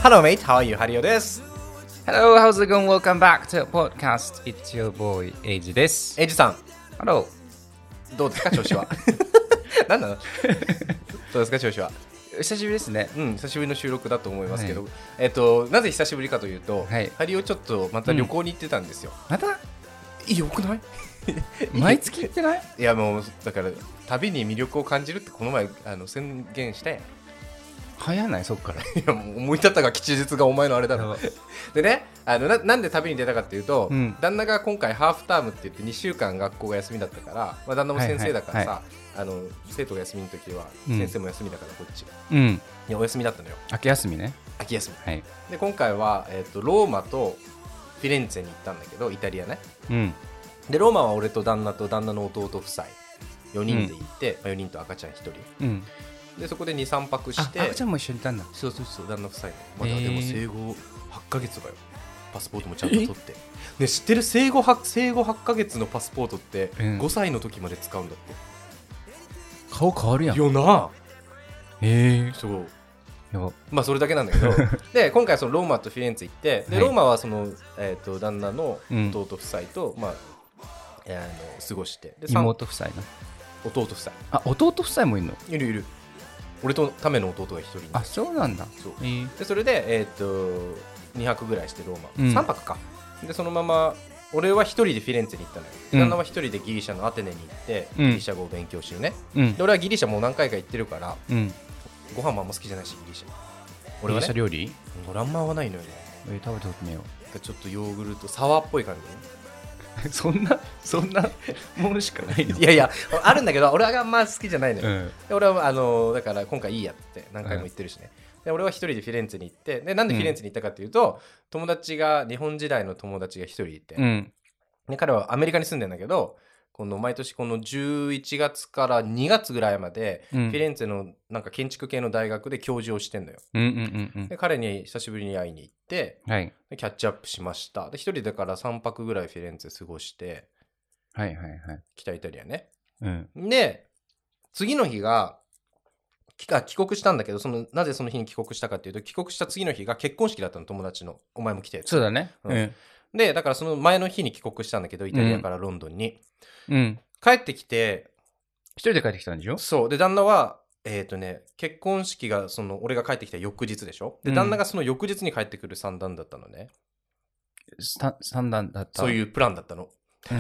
Hello mate, how are you? ハリオです。 Hello, how's it going? Welcome back to the podcast. It's your boy, Eiji です。 エイジさん Hello. どうですか調子は何なのどうですか調子は。 久しぶりですね。 久しぶりの収録だと思いますけど、 はなぜ久しぶりかというと、 はい、 ハリオちょっとまた旅行に行ってたんですよ。 またよくない毎月行ってない？ いやもうだから旅に魅力を感じるってこの前宣言したやん。 早ないそっから。 いやもう思い立ったが吉日がお前のあれだろでねなんで旅に出たかっていうと、旦那が今回ハーフタームって言って2週間学校が休みだったから、まあ、旦那も先生だからさ、生徒が休みの時は先生も休みだからこっち、いやお休みだったのよ。 秋休みね。 秋休み、 はい、 で今回は、ローマとフィレンツェに行ったんだけど、イタリアね、でローマは俺と旦那と旦那の弟夫妻4人で行って、4人と赤ちゃん1人、でそこで 2,3 泊して。 赤ちゃんも一緒にいたんだ。 そう旦那夫妻のまだでも生後8ヶ月とかよ。パスポートもちゃんと取って、ね、知ってる？生後 8ヶ月のパスポートって5歳の時まで使うんだって。 顔変わるやんよな。そうやまあそれだけなんだけどで今回そのローマとフィレンツェ行って、でローマはその、旦那の弟夫妻と、まあ過ごして、で妹夫妻な。 弟夫妻。 あ、弟夫妻もいるの？ いる俺とための弟が1人。 あ、そうなんだ。 そうでそれで、2泊ぐらいしてローマ、3泊か。でそのまま俺は1人でフィレンツェに行ったのよ。旦那は1人でギリシャのアテネに行って、ギリシャ語を勉強してるね、で俺はギリシャもう何回か行ってるから、ご飯もあんま好きじゃないしギリシャ。 俺は、ね、ギリシャ料理俺あんま合わないのよね。 食べたことねえよ。 ちょっとヨーグルトサワーっぽい感じねそんなものしかないの？ いやあるんだけど俺はあんま好きじゃないのよ、で俺はだから今回いいやって何回も言ってるしね、で俺は一人でフィレンツェに行って、でなんでフィレンツェに行ったかっていうと、友達が日本時代の友達が一人いて、で彼はアメリカに住んでんだけど、この毎年この11月から2月ぐらいまで、フィレンツェのなんか建築系の大学で教授をしてんのよ、で彼に久しぶりに会いに行って、でキャッチアップしました。で一人だから3泊ぐらいフィレンツェ過ごして、北イタリアね、で次の日が帰国したんだけど、なぜその日に帰国したかっていうと、帰国した次の日が結婚式だったの、友達の。お前も来て。 そうだね、 でだからその前の日に帰国したんだけど、イタリアからロンドンに、帰ってきて一人で帰ってきたんでしょ。 そうで旦那は結婚式が俺が帰ってきた翌日でしょ。で旦那がその翌日に帰ってくる算段だったのね。 算段だった。 そういうプランだったの。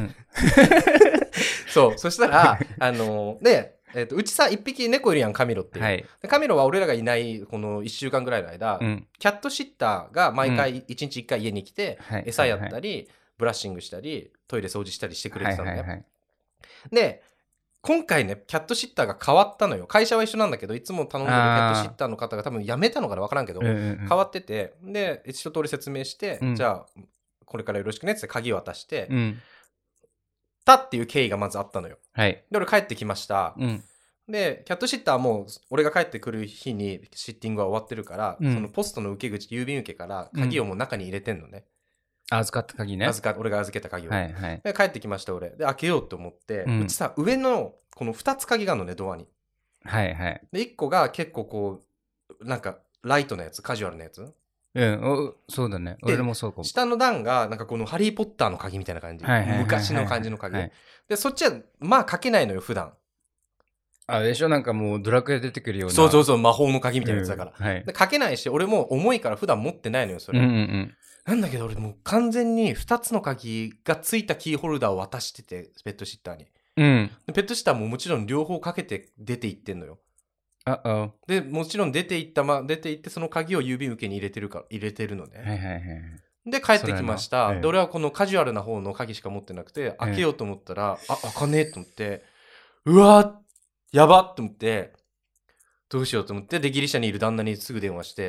そしたらでうちさ一匹猫いるやん、カミロっていう、でカミロは俺らがいないこの1週間ぐらいの間、キャットシッターが毎回1日1回家に来て、餌やったり、ブラッシングしたりトイレ掃除したりしてくれてたのね、で今回ねキャットシッターが変わったのよ。会社は一緒なんだけど、いつも頼んでるキャットシッターの方が多分辞めたのかな分からんけど、変わってて、で一通り説明して、じゃあこれからよろしくねって鍵渡して、たっていう経緯がまずあったのよ、で俺帰ってきました、でキャットシッターはもう俺が帰ってくる日にシッティングは終わってるから、そのポストの受け口、郵便受けから鍵をもう中に入れてんのね、 預かった鍵ね。 俺が預けた鍵を、で帰ってきました俺で開けようと思って、うちさ上のこの2つ鍵があるのね、ドアに。で1個が結構こうなんかライトなやつ、カジュアルなやつ。 そうだね。俺もそうかも。 下の段がなんかこのハリーポッターの鍵みたいな感じ、昔の感じの鍵、でそっちはまあかけないのよ普段。 あれでしょ、なんかもうドラクエ出てくるような。 そう魔法の鍵みたいなやつだから、でかけないし、俺も重いから普段持ってないのよそれ、なんだけど俺もう完全に2つの鍵がついたキーホルダーを渡してて、ペットシッターに、でペットシッターももちろん両方かけて出て行ってんのよ。でもちろん出て行ってその鍵を郵便受けに入れてるのね、で帰ってきました、で俺はこのカジュアルな方の鍵しか持ってなくて、開けようと思ったら、開かねえと思って、うわやばっと思って、どうしようと思って、でギリシャにいる旦那にすぐ電話して、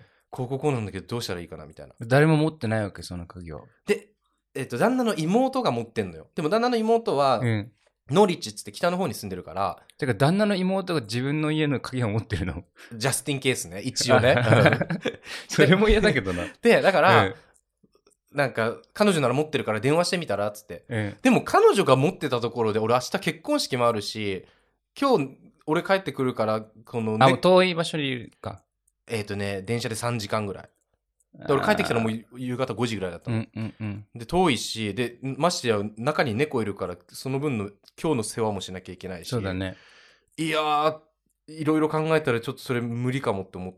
こうなんだけどどうしたらいいかなみたいな。 誰も持ってないわけ、その鍵を。 で旦那の妹が持ってんのよ。でも旦那の妹は、ノリッチっつって北の方に住んでるから。 てか旦那の妹が自分の家の鍵を持ってるの？ ジャスティンケースね、一応ねそれも嫌だけどな。 でだから、なんか彼女なら持ってるから電話してみたらっつって、でも彼女が持ってたところで俺明日結婚式もあるし、今日俺帰ってくるからこの、 ね、遠い場所にいるか。 電車で3時間ぐらい。 で俺帰ってきたのも夕方5時ぐらいだったの。で、遠いし、で、ましてや中に猫いるから、その分の今日の世話もしなきゃいけないし。 そうだね。 いやー、いろいろ考えたらちょっとそれ無理かもって思って、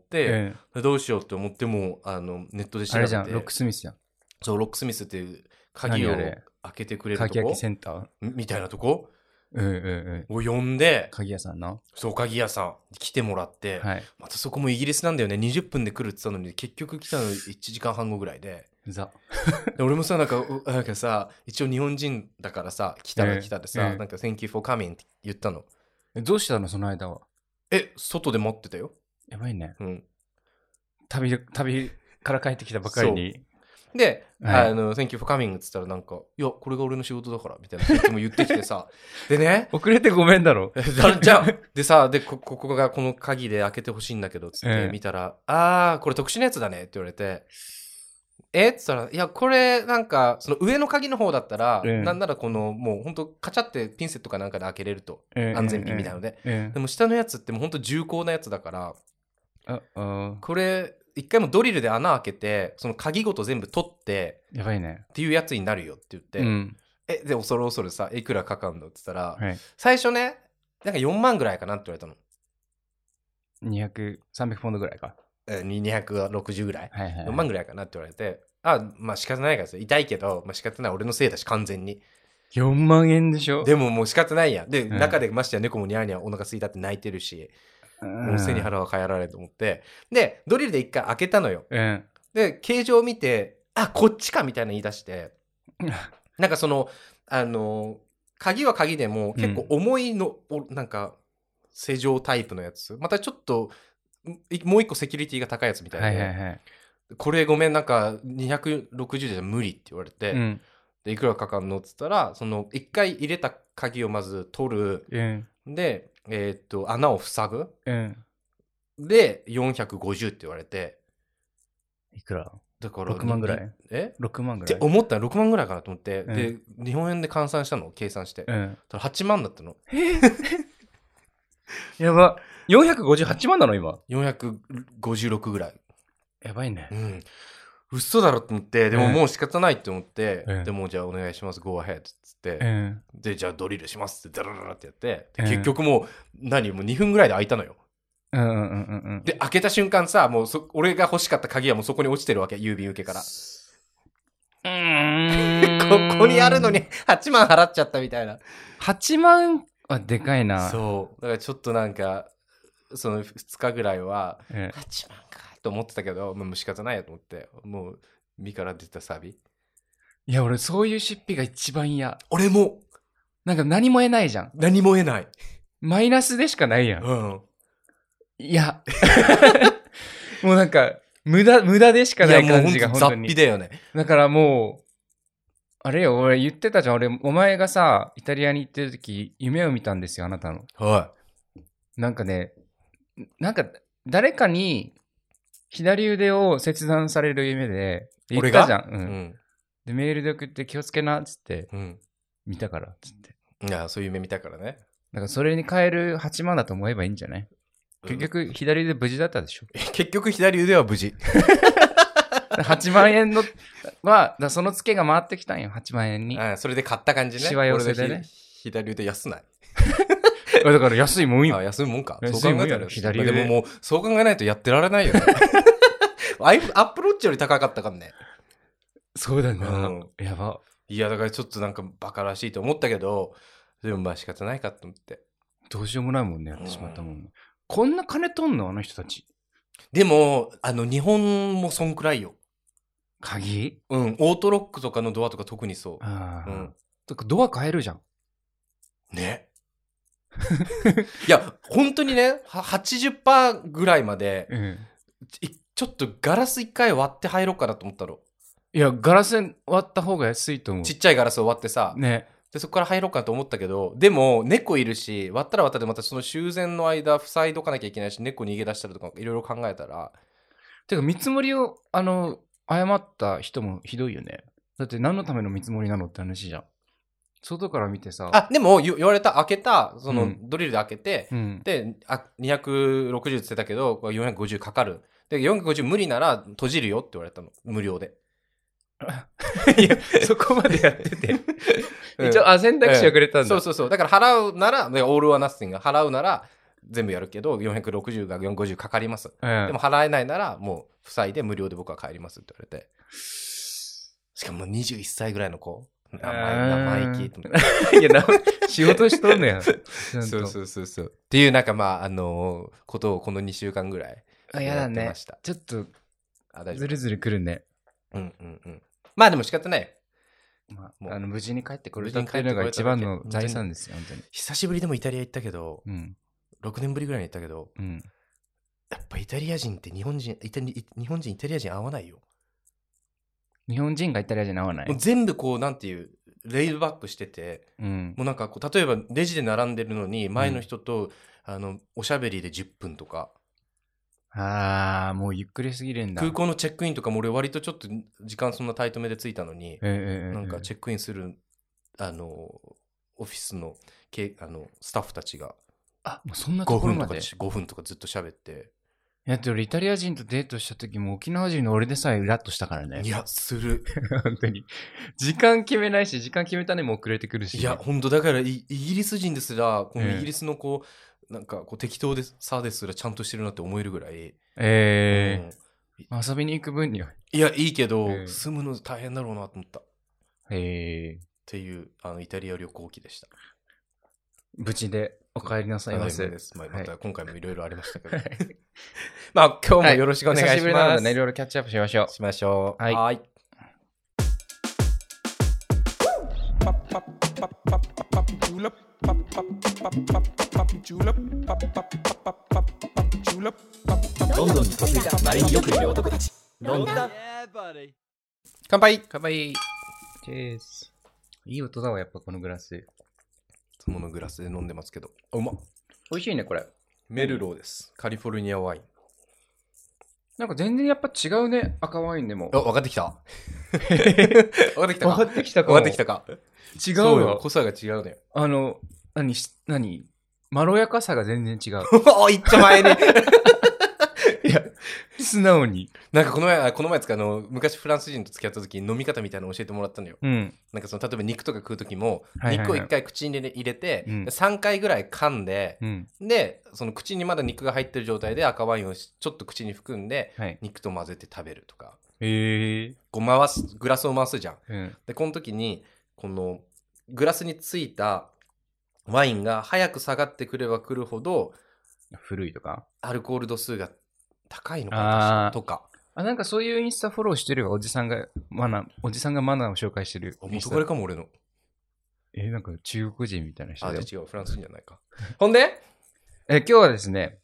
どうしようって思ってもネットで調べて。あれじゃん、ロックスミスじゃん。 そう、ロックスミスっていう鍵を開けてくれるとこ。 鍵開けセンターみたいなとこを呼んで、 鍵屋さんのそう、鍵屋さん来てもらって、またそこもイギリスなんだよね。20分で来るって言ったのに、結局来たの1時間半後ぐらいで。で俺もさ、なんかさ、一応日本人だからさ、来たら来たでさ、なんか Thank you for coming って言ったの。 どうしたのその間は。 外で待ってたよ。 やばいね。旅から帰ってきたばかりに。 で、Thank you for coming って言ったらなんか、いや、これが俺の仕事だから、みたいなことも言ってきてさ。でね。 遅れてごめんだろ。 じゃあ、でさ、ここがこの鍵で開けてほしいんだけど、つって見たら、これ特殊なやつだねって言われて、って言ったら、いや、これ、なんか、その上の鍵の方だったら、なんならこの、もうほんと、カチャってピンセットかなんかで開けれると。安全ピンみたいなので。でも下のやつってもうほんと重厚なやつだから、これ、一回もドリルで穴開けて、その鍵ごと全部取って、 やばいね。 っていうやつになるよって言って、で、恐るさ、いくらかかんのって言ったら、最初ね、なんか4万ぐらいかなって言われたの。 300ポンドぐらいか。 260ぐらい、4万ぐらいかなって言われて、まあ仕方ないからさ、痛いけど、まあ仕方ない、俺のせいだし完全に。 4万円でしょ。 でももう仕方ないやん。で、中でましてや猫もニャーニャーお腹空いたって泣いてるし、もう背に腹は変えられると思って、で、ドリルで一回開けたのよ。で、形状を見て、こっちかみたいな言い出して、なんかその、鍵は鍵でも結構重いの、なんか、正常タイプのやつ。またちょっと、もう一個セキュリティが高いやつみたいで、これごめん、なんか260じゃ無理って言われて、でいくらかかんのって言ったら、その一回入れた鍵をまず取る、で、穴を塞ぐ、で450って言われて、 いくらだから 6万ぐらい6万ぐらいって思ったら6万ぐらいかなと思って、で日本円で換算したのを計算して、8万だったの。 やば。458万なの今。 456ぐらい。 やばいね。 嘘だろと思って、でももう仕方ないって思って、でもじゃあお願いします、go ahead っつって、で、じゃあドリルしますって、ダラララってやって、結局もう、もう2分ぐらいで開いたのよ。で、開けた瞬間さ、もう俺が欲しかった鍵はもうそこに落ちてるわけ、郵便受けから。ここにあるのに8万払っちゃったみたいな。 8万はでかいな。 そう。だからちょっとなんか、その2日ぐらいは、8万かと思ってたけど、もう仕方ないやと思って、もう身から出たサビ。 いや、俺そういう出費が一番嫌。 俺も。 なんか何も得ないじゃん。 何も得ない。 マイナスでしかないやん。いや。もうなんか、無駄でしかない感じが本当に。 雑費だよね。 だからもう、あれよ、俺言ってたじゃん。お前がさ、イタリアに行ってる時、夢を見たんですよ、あなたの。なんかね、なんか、誰かに、左腕を切断される夢で、言ったじゃん。で、メールで送って気をつけな、つって、見たから、つって。 いや、そういう夢見たからね。 だからそれに変える8万だと思えばいいんじゃない？結局、左腕無事だったでしょ。 結局、左腕は無事。 8万円のは、そのツケが回ってきたんよ、8万円に。 それで買った感じね。 しわ寄せでね。 左腕安ない。 だから安いもんよ。 安いもんか。 そう考えたら左腕。でももう、そう考えないとやってられないよね。アップローチより高かったからね。 そうだね。やば。 いや、だからちょっとなんかバカらしいと思ったけど、でもまあ仕方ないかと思って。 どうしようもないもんね、やってしまったもん。こんな金取んのあの人たち。 でも、日本もそんくらいよ。 鍵？ オートロックとかのドアとか特にそう。 ドア変えるじゃん。 ね。いや、本当にね、80% ぐらいまで、ちょっとガラス一回割って入ろうかなと思ったの。 いや、ガラス割った方が安いと思う。 ちっちゃいガラスを割ってさ。 ね。 で、そこから入ろうかなと思ったけど、でも、猫いるし、割ったら割ったでまたその修繕の間、塞いどかなきゃいけないし、猫逃げ出したりとか、いろいろ考えたら。 てか、見積もりを、誤った人もひどいよね。だって何のための見積もりなのって話じゃん。外から見てさ。 でも言われた、開けた、ドリルで開けて、で、260って言ってたけど、450かかる。 で、450無理なら閉じるよって言われたの。無料で。 いや、そこまでやってて。一応、選択肢をくれたんだ。 そう。だから払うなら、オールはナッシング払うなら、全部やるけど、460が450かかります。でも払えないなら、もう、負債で無料で僕は帰りますって言われて。しかも21歳ぐらいの子。生意気と思って。 いや、仕事しとんねや。そう。 っていう、なんかことをこの2週間ぐらいやってました。 ちょっと、ずるずるくるね。 まあでも仕方ない。 無事に帰ってこれたっていうのが一番の財産ですよ、本当に。 久しぶりでもイタリア行ったけど、6年ぶりぐらいに行ったけど、やっぱイタリア人って日本人イタリア人合わないよ。 日本人がイタリア人合わない。 もう全部こうなんていうレイドバックしてて、もうなんかこう例えばレジで並んでるのに前の人と、おしゃべりで10分とか。 もうゆっくりすぎるんだ。 空港のチェックインとかも俺割とちょっと時間そんなタイトめで着いたのに、なんかチェックインするオフィスのスタッフたちがもうそんなところまで 5分とかずっと喋って。 だって俺イタリア人とデートした時も沖縄人の俺でさえイラッとしたからね。 いや、する。 本当に。時間決めないし、時間決めたねも遅れてくるし、ね。 いや、本当だからイギリス人ですら、このイギリスのこう、なんかこう適当でさですらちゃんとしてるなって思えるぐらい。 遊びに行く分には。 いや、いいけど、住むの大変だろうなと思った。 っていう、イタリア旅行記でした。 無事でお帰りなさいませ。 また今回もいろいろありましたけど。まあ、今日もよろしくお願いします。久しぶりなのでね、いろいろキャッチアップしましょう。 しましょう。 はい。 ロンドンに嫁いだまれによくいる男たち。ロンドン。 乾杯。 乾杯。チェース。いい音だわ、やっぱこのグラス。いつものグラスで飲んでますけど。うまっ。 美味しいね、これ。 メルローです。カリフォルニアワイン。 なんか全然やっぱ違うね、赤ワインでも。 分かってきた。分かってきたか。 違うわ。 濃さが違うね。 何まろやかさが全然違う。 いっちゃ前に。 いや、素直に。 なんかこの前つか昔フランス人と付き合った時に飲み方みたいなの教えてもらったのよ。なんか例えば肉とか食う時も、肉を1回口に入れて、3回ぐらい噛んで、で、その口にまだ肉が入ってる状態で赤ワインをちょっと口に含んで、肉と混ぜて食べるとか。こうグラスを回すじゃん。で、この時に、このグラスについたワインが早く下がってくればくるほど、 古いとかアルコール度数が高いのかなとか。 なんかそういうインスタフォローしてるわ。おじさんがマナーを紹介してる。 元彼かも俺の。 なんか中国人みたいな人だよ。 違う、フランス人じゃないか。ほんで今日はですね、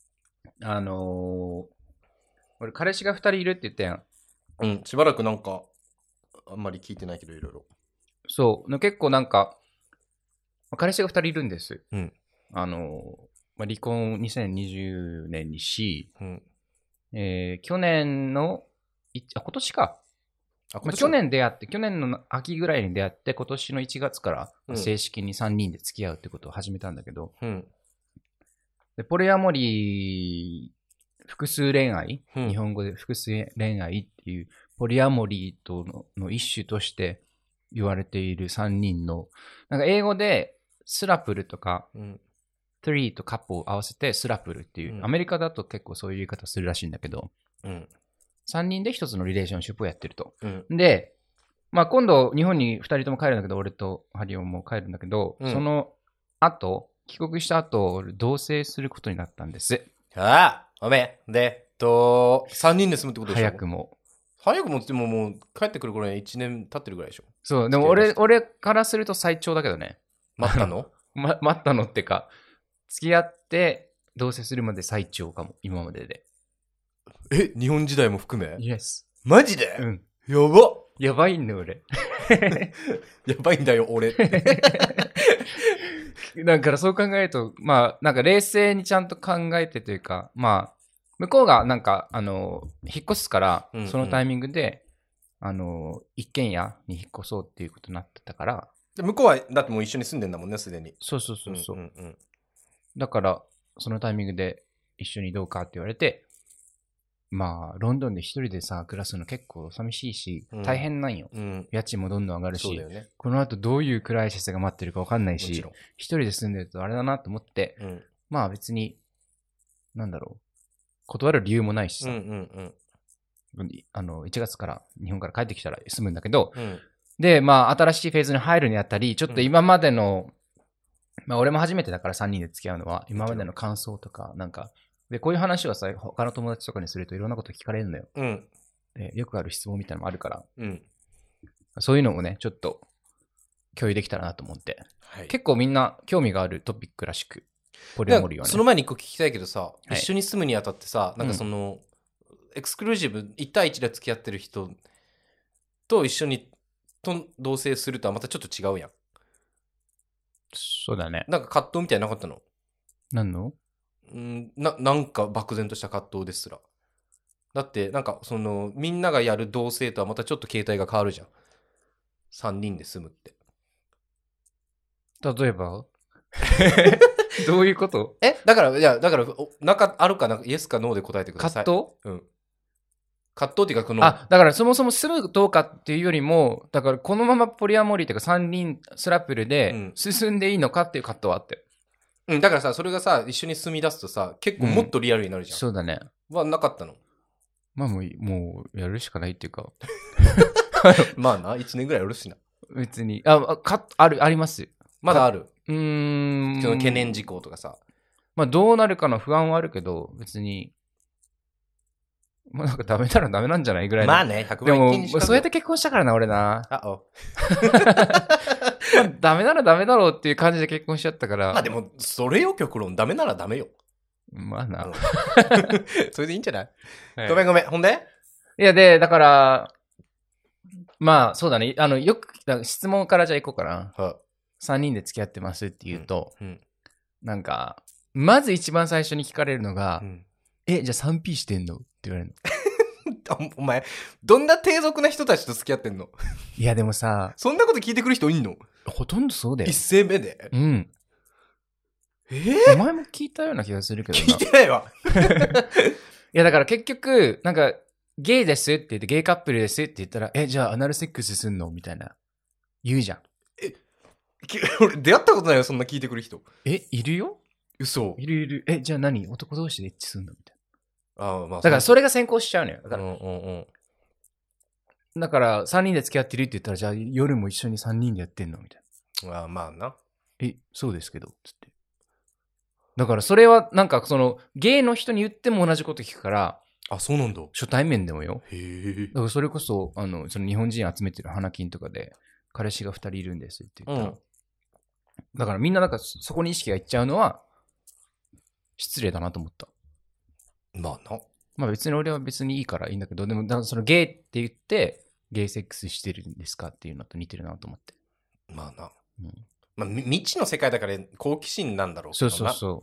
俺彼氏が2人いるって言ったやん。しばらくなんか、あんまり聞いてないけど、いろいろ。 そう。結構なんか、彼氏が2人いるんです。離婚2020年にし、去年の、今年か。去年出会って、去年の秋ぐらいに出会って、今年の1月から正式に3人で付き合うってことを始めたんだけど、でポリアモリー、複数恋愛、日本語で複数恋愛っていう、ポリアモリーとの一種として言われている3人の、なんか英語でスラプルとか、3とカップを合わせてスラプルっていう、アメリカだと結構そういう言い方するらしいんだけど、3人で1つのリレーションシップをやってると。で、今度日本に2人とも帰るんだけど、俺とハリオンも帰るんだけど、その後、帰国した後、同棲することになったんです。 おめでとう。3人で住むってことでしょ。 早くもってもう帰ってくる頃には1年経ってるぐらいでしょ。 そう、でも俺からすると最長だけどね。 待ったの待ったのってか、付き合って同棲するまで最長かも、今までで。 日本時代も含め？ Yes。 マジで？やば。 やばいんだよ、俺。 やばいんだよ、俺。 だからそう考えると、なんか冷静にちゃんと考えてというか、向こうがなんか、引っ越すから、そのタイミングで、一軒家に引っ越そうっていうことになってたから。 向こうは、だってもう一緒に住んでんだもんね、すでに。 そう。だから、そのタイミングで一緒にどうかって言われて、 まあ、ロンドンで一人でさ、暮らすの結構寂しいし、大変なんよ。家賃もどんどん上がるし、この後どういうクライシスが待ってるか分かんないし、一人で住んでるとあれだなと思って、まあ別に、なんだろう、断る理由もないしさ、1月から日本から帰ってきたら住むんだけど、で、まあ新しいフェーズに入るにあたり、ちょっと今までの、まあ俺も初めてだから3人で付き合うのは、今までの感想とか、なんか、で、こういう話はさ、他の友達とかにするといろんなこと聞かれるのよ。で、よくある質問みたいなのもあるから、そういうのもね、ちょっと共有できたらなと思って、結構みんな興味があるトピックらしく、ポリアモリはね。 その前に一個聞きたいけどさ、一緒に住むにあたってさ、なんかその、エクスクルーシブ、1対1で付き合ってる人と一緒に同棲するとはまたちょっと違うやん。 そうだね。 なんか葛藤みたいなのなかったの？ 何の？ なんか漠然とした葛藤ですら。だってなんかそのみんながやる同棲とはまたちょっと形態が変わるじゃん。3人で住むって。 例えばどういうこと？ だからなんかあるかな、イエスかノーで答えてください。 葛藤？葛藤っていうかだからそもそも住むどうかっていうよりも、だからこのままポリアモリーというか3人スラップルで進んでいいのかっていう葛藤はあって。 だからさ、それがさ、一緒に住み出すとさ、結構もっとリアルになるじゃん。 そうだね。 はなかったの？ まあもうやるしかないっていうか。 まあな、1年ぐらいやるしな。 別に。あります。 まだある。 その懸念事項とかさ。 まあどうなるかの不安はあるけど、別に。まあなんかダメならダメなんじゃないぐらいの。 まあね、100 万円でも、そうやって結婚したからな、俺な。ダメならダメだろうっていう感じで結婚しちゃったから。 まあでも、それよ、極論。ダメならダメよ。 まあな。 それでいいんじゃない？ごめん。ほんで？ いや、で、だから、まあ、そうだね。よく、質問からじゃあ行こうかな。3人で付き合ってますって言うと、なんか、まず一番最初に聞かれるのが、じゃあ 3P してんのって言われるの。お前、どんな低俗な人たちと付き合ってんの？ いや、でもさ、 そんなこと聞いてくる人いんの？ ほとんどそうだよ。 一声目で？ お前も聞いたような気がするけどな。 聞いてないわ。 いや、だから結局、なんか、ゲイですって言って、ゲイカップルですって言ったら、じゃあアナルセックスすんのみたいな。言うじゃん。 俺出会ったことないよ、そんな聞いてくる人。 いるよ？ 嘘。 いる。じゃあ何？男同士でエッチすんのみたいな。まあ。 だからそれが先行しちゃうのよ。だから3人で付き合ってるって言ったら、じゃあ夜も一緒に3人でやってんのみたいな。まあな。 そうですけど、つって。だからそれはなんかそのゲイの人に言っても同じこと聞くから、 そうなんだ。 初対面でもよ。 へえ。 だからそれこそ、その日本人集めてる花金とかで、彼氏が2人いるんですって言ったら、だからみんななんかそこに意識がいっちゃうのは、失礼だなと思った。 まあな。 まあ別に俺は別にいいからいいんだけど、でもそのゲイって言って、ゲイセックスしてるんですかっていうのと似てるなと思って。 まあな。まあ未知の世界だから好奇心なんだろうけどな。 そう。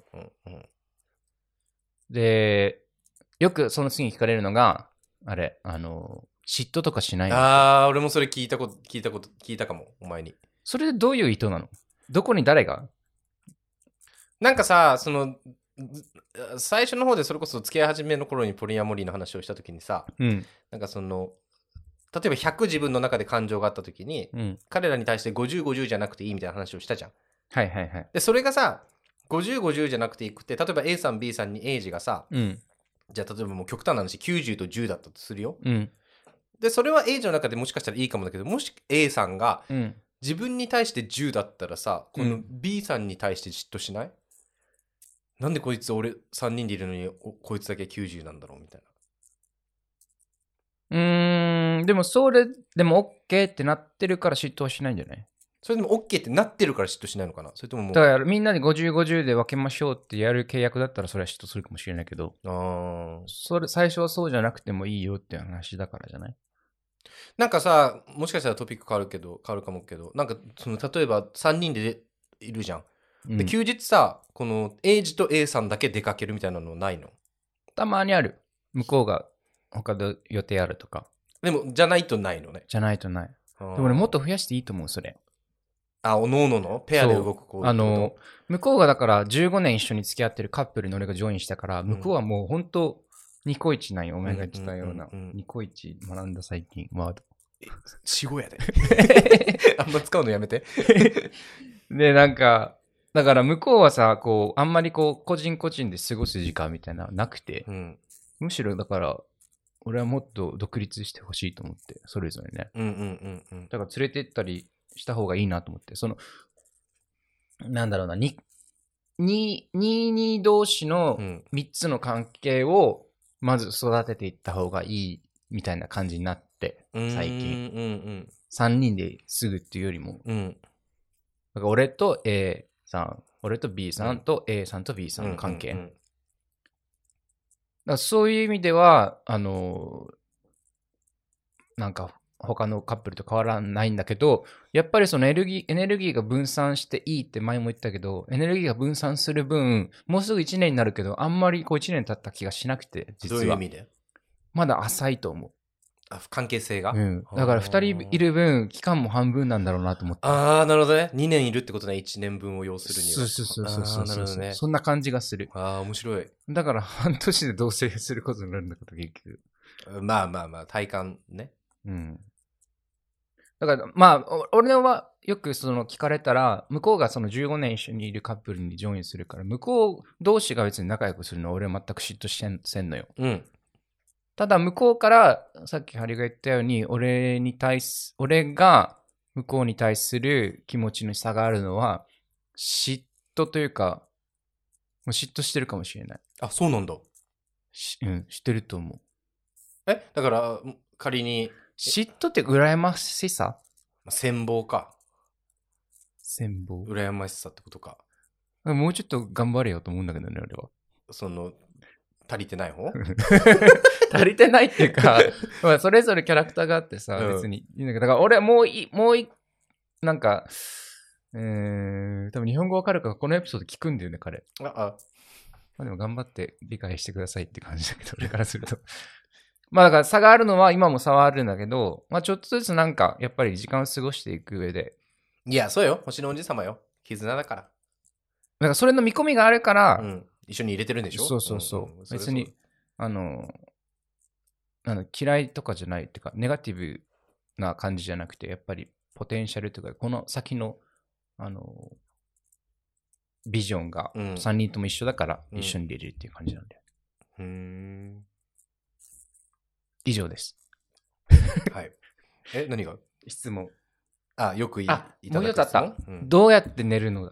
で、よくその次に聞かれるのが、嫉妬とかしないの？ 俺もそれ聞いたかも、お前に。 それでどういう意図なの？どこに誰が？ なんかさ、その、最初の方でそれこそ付き合い始めの頃にポリアモリーの話をした時にさ、なんかその、例えば100自分の中で感情があった時に、彼らに対して50、50じゃなくていいみたいな話をしたじゃん。で、それがさ、50、50じゃなくていくて、例えば A さん、B さんに A がさ、じゃあ例えばもう極端な話90と10だったとするよ。で、それは A の中でもしかしたらいいかもだけど、もし A さんが自分に対して10だったらさ、この B さんに対して嫉妬しない？なんでこいつ俺3人でいるのにこいつだけ90なんだろうみたいな。でもそれでも OK ってなってるから嫉妬はしないんじゃない？ それでも OK ってなってるから嫉妬しないのかな？それとももう。 だからみんなで50、50で分けましょうってやる契約だったらそれは嫉妬するかもしれないけど、それ最初はそうじゃなくてもいいよって話だからじゃない？ なんかさ、もしかしたらトピック変わるかもけど、なんかその例えば3人でいるじゃん。で休日さ、この A 氏と A さんだけ出かけるみたいなのないの？たまにある。向こうが他で予定あるとか。 でもじゃないとないのね。 じゃないとない。でもね、もっと増やしていいと思う、それ。 おのおののペアで動く子。向こうがだから15年一緒に付き合ってるカップルに俺がジョインしたから、向こうはもう本当ニコイチなんよ、お前が言ってたような。ニコイチ学んだ最近、ワード。 死語やで。あんま使うのやめて。 で、なんか、だから向こうはさ、こう、あんまりこう、個人個人で過ごす時間みたいななくて、うん、むしろだから、俺はもっと独立してほしいと思って、それぞれね。だから連れてったりした方がいいなと思って、その、なんだろうな、22同士の3つの関係をまず育てていった方がいいみたいな感じになって、最近。3人ですぐっていうよりも、だから俺と A さん、俺と B さんと A さんと B さんの関係。だからそういう意味では、なんか他のカップルと変わらないんだけど、やっぱりそのエネルギーが分散していいって前も言ったけど、エネルギーが分散する分、もうすぐ1年になるけど、あんまりこう1年経った気がしなくて、実は。 どういう意味で？ まだ浅いと思う。 関係性が、 うん、だから2人いる分期間も半分なんだろうなと思って。 ああ、なるほどね。2年いるってことね。1年分を要するには。 そう、なるほどね。そんな感じがする。 ああ、面白い。 だから半年で同棲することになるんだけど、結局。 まあ体感ね。 うん。だからまあ俺はよくその聞かれたら、向こうがその15年一緒にいるカップルにジョインするから、向こう同士が別に仲良くするのは俺は全く嫉妬せんのよ。うん。ただ向こうからさっきハリが言ったように俺が向こうに対する気持ちの差があるのは嫉妬というか、もう嫉妬してるかもしれない。 あ、そうなんだ。 うん、してると思う。 だから仮に嫉妬って羨ましさ？ 羨望か。 羨望。 羨ましさってことか。 もうちょっと頑張れよと思うんだけどね、俺は。 足りてない方足りてないっていうか、まあそれぞれキャラクターがあってさ、別にいいんだけど、だから俺はもうなんか、多分日本語わかるからこのエピソード聞くんだよね、彼。まあでも頑張って理解してくださいって感じだけど、俺からすると。まあだから差があるのは今も差はあるんだけど、まあちょっとずつなんかやっぱり時間を過ごしていく上で。 いや、そうよ。星のおじさまよ。絆だから。だからそれの見込みがあるから、 一緒に入れてるんでしょ？ そう。別に、嫌いとかじゃないっていうか、ネガティブな感じじゃなくて、やっぱりポテンシャルというか、この先の、ビジョンが3人とも一緒だから一緒に入れるっていう感じなんだよ。以上です。 はい。何が？ 質問。 よくいただく質問。もう一つあった。どうやって寝るのだ？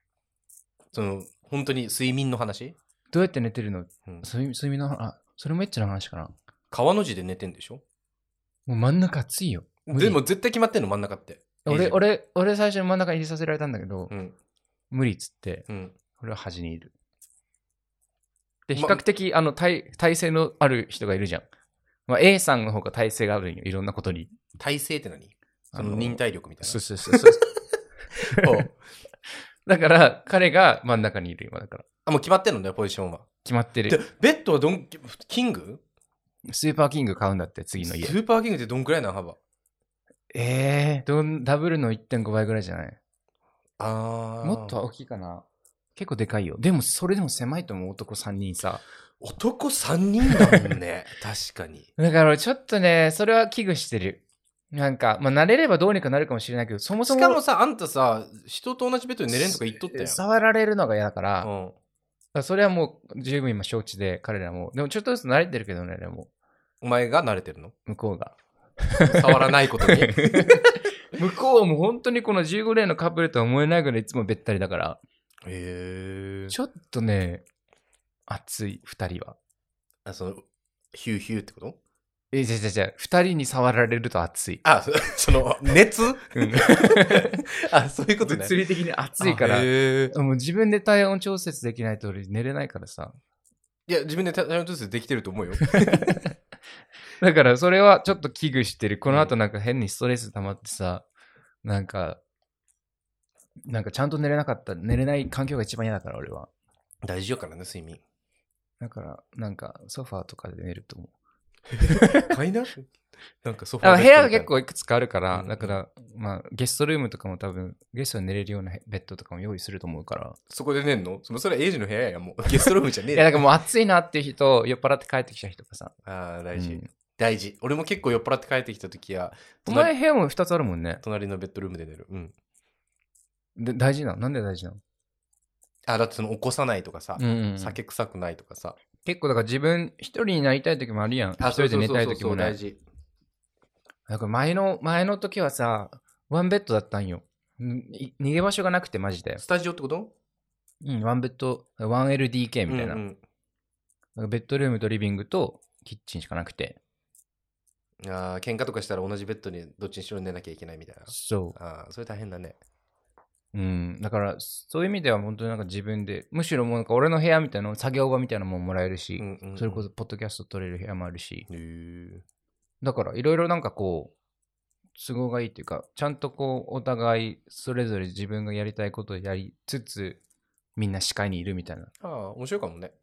本当に睡眠の話？ どうやって寝てるの？睡眠の話、それもエッチな話かな。 川の字で寝てんでしょ？ もう真ん中暑いよ。 でも絶対決まってんの、真ん中って。 俺最初に真ん中に入れさせられたんだけど、無理っつって、俺は端にいる。で、比較的、体勢のある人がいるじゃん。まあ、A さんの方が体勢があるんよ、いろんなことに。 体勢って何？忍耐力みたいな。 そう。だから、彼が真ん中にいる、今だから。 もう決まってんのね、ポジションは。 決まってる。 ベッドはキング？ スーパーキング買うんだって、次の家。 スーパーキングってどんくらいな幅？ ダブルの 1.5 倍ぐらいじゃない？もっと大きいかな。結構でかいよ。でも、それでも狭いと思う、男3人さ。 男3人だもんね。確かに。 だから、ちょっとね、それは危惧してる。なんか、まあ、慣れればどうにかなるかもしれないけど、そもそも。 しかもさ、あんたさ、人と同じベッドで寝れんとか言っとったよ。 触られるのが嫌だから、それはもう十分今承知で、彼らも。でもちょっとずつ慣れてるけどね、でも。 お前が慣れてるの？ 向こうが。 触らないことに。 向こうも本当にこの15年のカップルとは思えないぐらいいつもべったりだから。ちょっとね、熱い、2人は。 ヒューヒューってこと？ じゃ2人に触られると熱い。 熱？そういうことね。 物理的に熱いから。もう自分で体温調節できないと俺寝れないからさ。 いや、自分で体温調節できてると思うよ。 だからそれはちょっと危惧してる。この後なんか変にストレス溜まってさ、なんかちゃんと寝れない環境が一番嫌だから俺は。 大事よからね、睡眠。 だからなんかソファーとかで寝ると思う。 買いななんかソファー部屋が結構いくつかあるから、 うん、 だから、まあ、ゲストルームとかも多分、ゲストに寝れるようなベッドとかも用意すると思うから。 そこで寝んの？それはエイジの部屋やもう。ゲストルームじゃねえ。 いや、だからもう暑いなっていう人、酔っ払って帰ってきた人とかさ。 ああ、大事、大事。俺も結構酔っ払って帰ってきた時は、 お前部屋も2つあるもんね。 隣のベッドルームで寝る。うん。 で、大事なの？なんで大事なの？ だって起こさないとかさ、酒臭くないとかさ。 結構だから自分一人になりたい時もあるやん。一人で寝たい時もね。 大事。 なんか前の時はさ、ワンベッドだったんよ。逃げ場所がなくてマジで。 スタジオってこと？ うん、ワンベッド、1LDK みたいな。なんかベッドルームとリビングとキッチンしかなくて。 喧嘩とかしたら同じベッドにどっちにしろ寝なきゃいけないみたいな。 そう。 それ大変だね。 だからそういう意味では本当になんか自分で、むしろもうなんか俺の部屋みたいな作業場みたいなのももらえるし、それこそポッドキャスト撮れる部屋もあるし、だからいろいろなんかこう都合がいいっていうか、ちゃんとこうお互いそれぞれ自分がやりたいことをやりつつみんな視界にいるみたいな。 面白いかもね。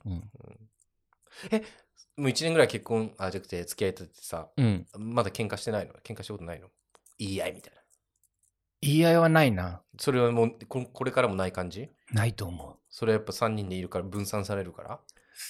もう1年ぐらい結婚じゃなくて付き合えててさ、まだ喧嘩してないの？喧嘩したことないの？言い合いみたいな。 言い合いはないな。 それはもうこれからもない感じ？ ないと思う。 それはやっぱ3人でいるから分散されるから。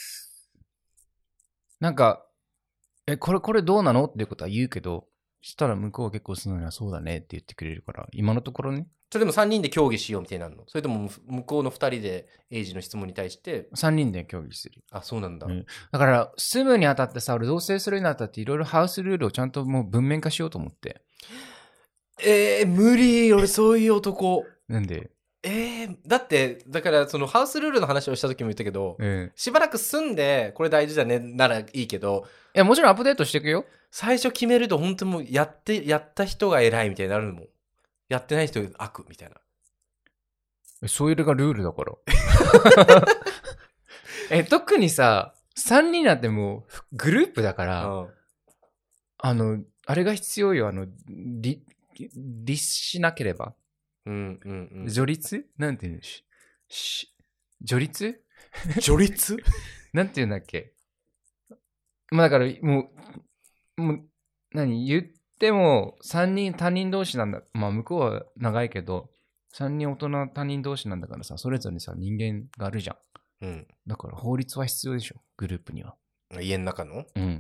なんかこれどうなのっていうことは言うけど、したら向こうは結構するのにはそうだねって言ってくれるから、今のところね。 それでも3人で協議しようみたいになるの？それとも向こうの2人でエイジの質問に対して 3人で協議する。 そうなんだ、 だから住むにあたってさ、俺同棲するにあたっていろいろハウスルールをちゃんともう文面化しようと思って。 無理。俺そういう男。 なんで？ だってだからそのハウスルールの話をした時も言ったけど、しばらく住んでこれ大事だねならいいけど、 いやもちろんアップデートしていくよ。 最初決めると本当にもうやった人が偉いみたいになるのも、やってない人が悪みたいな。 そういうのがルールだから特にさ3人なんてもうグループだから、あれが必要よ。律しなければ。序列なんていうの？序列序列なんていうんだっけ？まあだからもう言っても3人他人同士なんだ。まあ向こうは長いけど3人大人他人同士なんだからさ、それぞれさ人間があるじゃん。だから法律は必要でしょ、グループには。 家の中の？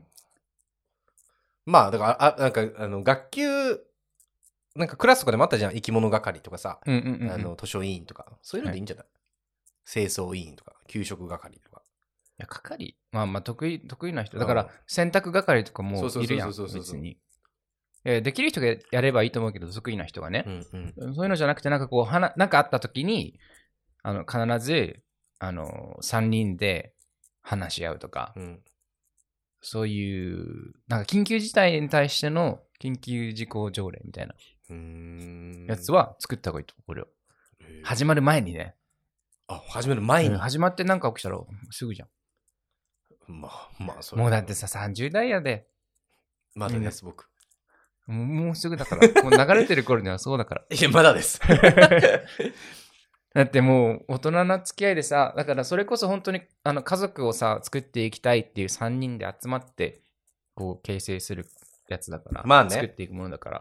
まあだからなんか学級なんかクラスとかでもあったじゃん。生き物係とかさ、図書委員とか、そういうのでいいんじゃない？清掃委員とか給食係とか。 いや係まあ得意な人だから洗濯係とかもいるやん。別にできる人がやればいいと思うけど、得意な人がね、そういうのじゃなくて、なんかこうなんかあった時に必ず3人で話し合うとか、そういうなんか緊急事態に対しての緊急事項条例みたいなやつは作った方がいいと思う。これを始まる前にね。 始まる前に、 始まってなんか起きたらすぐじゃん。 まあそれもうだってさ30代やで。 まだです僕。 もうすぐだから。もう流れてる頃にはそうだから。 いやまだです。 だってもう大人な付き合いでさ、だからそれこそ本当に家族をさ作っていきたいっていう3人で集まってこう形成するやつだから、 まあね、 作っていくものだから、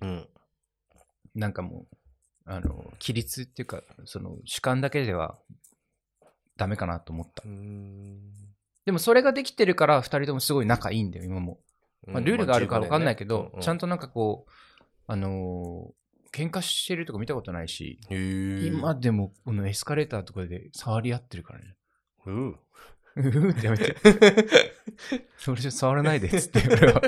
なんかもう規律っていうかその主観だけではダメかなと思った。でもそれができてるから2人ともすごい仲いいんだよ今も。まあ、ルールがあるか分かんないけど、ちゃんとなんかこう喧嘩してるとか見たことないし、今でもこのエスカレーターとかで触り合ってるからね。ってやめて。それじゃ触らないでっつって俺は。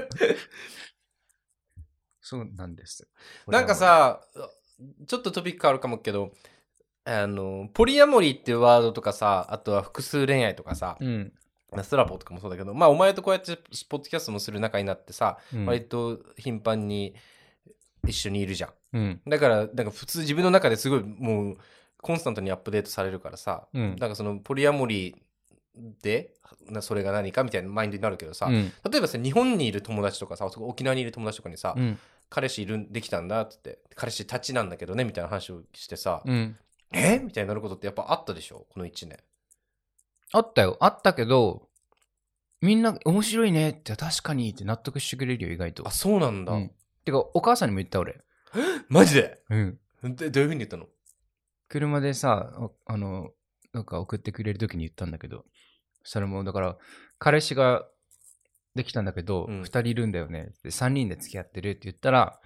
そうなんです。 なんかさ、ちょっとトピック変わるかもけど、ポリアモリーっていうワードとかさ、あとは複数恋愛とかさ、ストラポとかもそうだけど、まあお前とこうやってポッドキャストもする仲になってさ、割と頻繁に一緒にいるじゃん。だからなんか普通自分の中ですごいもうコンスタントにアップデートされるからさ、なんかそのポリアモリーでそれが何かみたいなマインドになるけどさ、例えばさ日本にいる友達とかさ、沖縄にいる友達とかにさ、彼氏できたんだって言って、彼氏たちなんだけどねみたいな話をしてさ、みたいになることってやっぱあったでしょ、この1年。 あったよ。あったけど、 みんな面白いねって確かにって納得してくれるよ意外と。 あ、そうなんだ。 てかお母さんにも言った俺。 マジで？ うん。 どういう風に言ったの？ 車でさ、なんか送ってくれる時に言ったんだけど、それもだから彼氏ができたんだけど、2人いるんだよねで3人で付き合ってるって言ったら、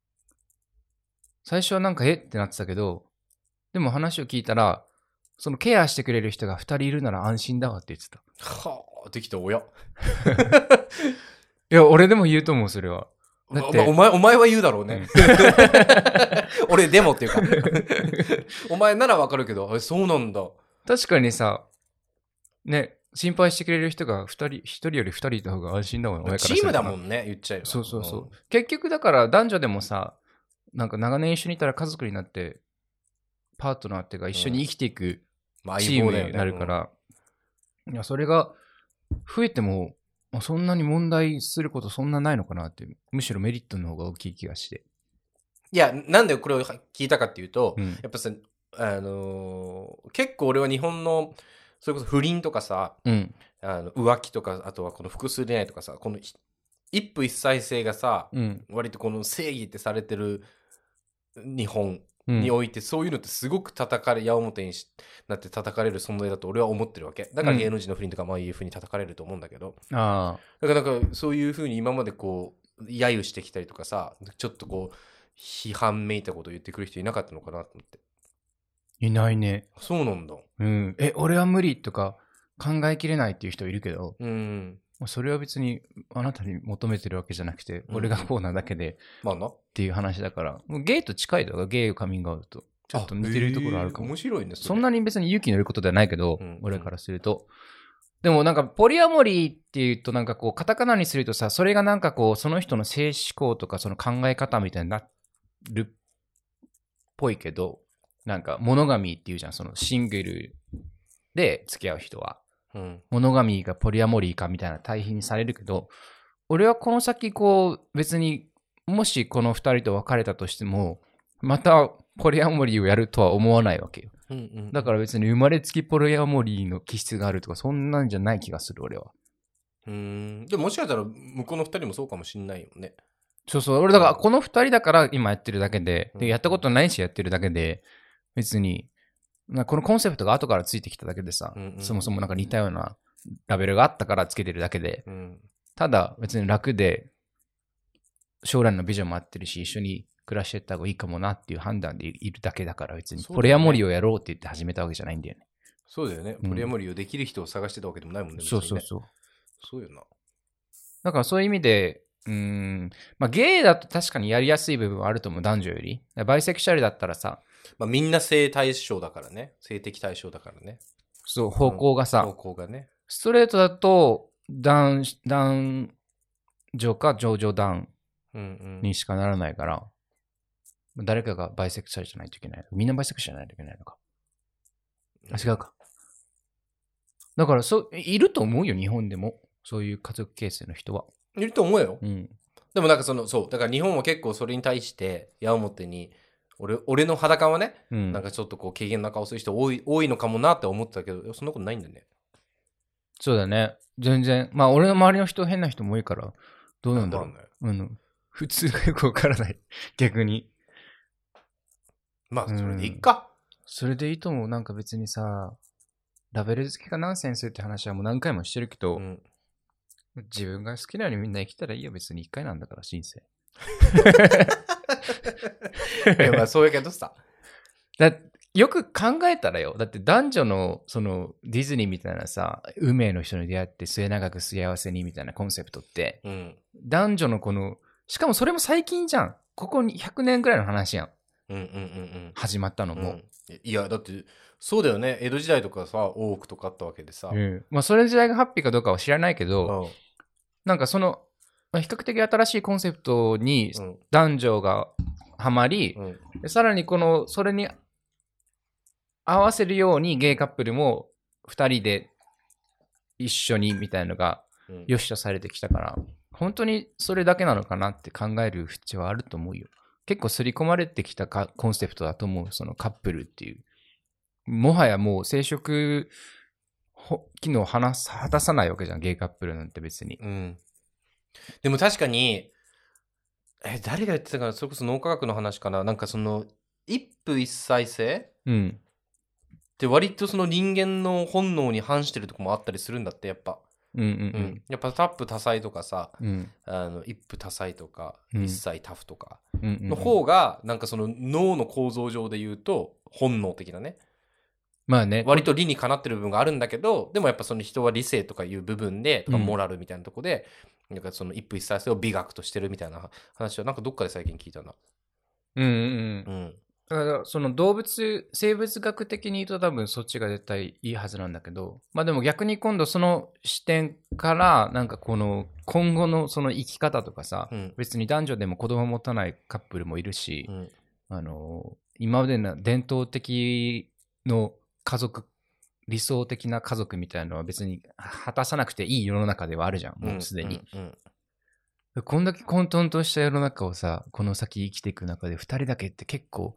最初はなんかってなってたけど、でも話を聞いたら、そのケアしてくれる人が2人いるなら安心だわって言ってた。 はあ、できた親。いや、俺でも言うと思う、それは。 だってお前は言うだろうね。俺でもっていうか。お前ならわかるけど、そうなんだ。 確かにさ、ね、心配してくれる人が1人より2人いた方が安心だもん、 チームだもんね、言っちゃえば。 そう。結局だから男女でもさ、なんか長年一緒にいたら家族になって、パートナーっていうか一緒に生きていくチームになるから、いや、それが増えても、そんなに問題することそんなないのかなって、むしろメリットの方が大きい気がして。 いや、なんでこれを聞いたかっていうと、やっぱさ、結構俺は日本の、それこそ不倫とかさ、浮気とか、あとはこの複数恋愛とかさ、この一夫一妻制がさ、割とこの正義ってされてる日本において、そういうのってすごく叩かれ、矢面になって叩かれる存在だと俺は思ってるわけ。だから芸能人の不倫とかまあいう風に叩かれると思うんだけど、だからなんかそういう風に今までこう揶揄してきたりとかさ、ちょっとこう批判めいたことを言ってくる人いなかったのかなと思って。 いないね。 そうなんだ。 俺は無理とか考えきれないっていう人いるけど、それは別にあなたに求めてるわけじゃなくて、俺がこうなだけでっていう話だから、ゲイと近いとか、ゲイをカミングアウトちょっと似てるところあるかも。 面白いね。 そんなに別に勇気のいることではないけど、俺からすると。でもなんかポリアモリーっていうとなんかこうカタカナにするとさ、それがなんかこうその人の性思考とかその考え方みたいになるっぽいけど、なんかモノガミーっていうじゃん、そのシングルで付き合う人は。モノガミーかポリアモリーかみたいな対比にされるけど、俺はこの先こう別にもしこの2人と別れたとしてもまたポリアモリーをやるとは思わないわけよ、だから別に生まれつきポリアモリーの気質があるとかそんなんじゃない気がする俺は。 でももしかしたら向こうの2人もそうかもしんないよね。 そう俺だからこの2人だから今やってるだけで、やったことないしやってるだけで、別にこのコンセプトが後からついてきただけでさ、そもそもなんか似たようなラベルがあったからつけてるだけで、ただ別に楽で将来のビジョンも合ってるし一緒に暮らしていった方がいいかもなっていう判断でいるだけだから、別にポリアモリーをやろうって言って始めたわけじゃないんだよね。 そうだよね。ポリアモリーをできる人を探してたわけでもないもんね。 そうよな。 だからそういう意味でゲイだと確かにやりやすい部分はあると思う、男女より。バイセクシャルだったらさ、 みんな性対象だからね。性的対象だからね。 そう、方向がさ、 方向がね。 ストレートだと男女か上々男にしかならないから、誰かがバイセクシャルじゃないといけない。みんなバイセクシャルじゃないといけないのか。違うか。だからいると思うよ、日本でも。そういう家族形成の人は。 いると思うよ。でもなんかそうだから日本は結構それに対して矢面に俺の裸はね、なんかちょっとこう軽減な顔する人多いのかもなって思ってたけど、そんなことないんだね。 そうだね。全然。俺の周りの人変な人も多いからどうなんだろう。普通がよくわからない。逆に。 それでいいか。 それでいいと思う。なんか別にさ、ラベル付けがナンセンスって話はもう何回もしてるけど、自分が好きなようにみんな生きたらいいよ。別に一回なんだから、人生。 そうやけどさ。 よく考えたらよ。だって男女のそのディズニーみたいなさ、運命の人に出会って末永く幸せにみたいなコンセプトって、男女のこの、しかもそれも最近じゃん。ここに100年ぐらいの話やん。始まったのも。 いや、だって、そうだよね。江戸時代とかさ、大奥とかあったわけでさ。 それ時代がハッピーかどうかは知らないけど、なんかその、比較的新しいコンセプトに男女がハマり、さらにそれに合わせるようにゲイカップルも2人で一緒にみたいなのが良しとされてきたから、本当にそれだけなのかなって考える必要はあると思うよ。結構刷り込まれてきたコンセプトだと思う、そのカップルっていう。もはやもう生殖機能を果たさないわけじゃん、ゲイカップルなんて別に。 でも確かに、誰が言ってたかな、それこそ脳科学の話かな、なんかその、一夫一妻制って割とその人間の本能に反してるとこもあったりするんだって、やっぱ。やっぱ多夫多妻とかさ、一夫多妻とか、一妻多夫とかの方が、なんかその脳の構造上で言うと、本能的なね。 まあね。 割と理にかなってる部分があるんだけど、でもやっぱその人は理性とかいう部分で、とかモラルみたいなとこで、なんかその一夫一妻制を美学としてるみたいな話は、なんかどっかで最近聞いたな。 だからその生物学的に言うと多分そっちが絶対いいはずなんだけど、まあでも逆に今度その視点からなんかこの今後のその生き方とかさ、別に男女でも子供を持たないカップルもいるし、今までの伝統的の家族、理想的な家族みたいなのは別に果たさなくていい世の中ではあるじゃん、もうすでに。こんだけ混沌とした世の中をさ、この先生きていく中で2人だけって結構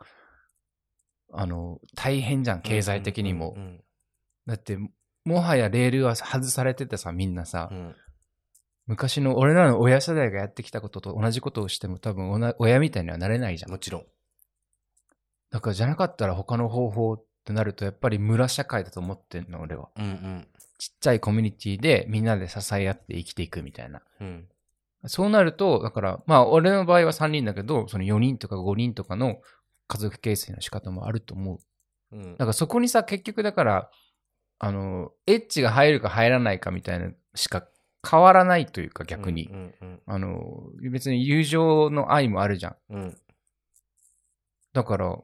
大変じゃん、経済的にも。だってもはやレールは外されててさ、みんなさ、昔の俺らの親世代がやってきたことと同じことをしても多分親みたいにはなれないじゃん。 もちろん。 だからじゃなかったら他の方法ってなるとやっぱり村社会だと思ってんの、俺は。ちっちゃいコミュニティでみんなで支え合って生きていくみたいな。そうなると、だからまあ俺の場合は3人だけど、その4人とか5人とかの家族形成の仕方もあると思う。だからそこにさ、結局だからエッチが入るか入らないかみたいなしか変わらないというか、逆に、別に友情の愛もあるじゃん。だから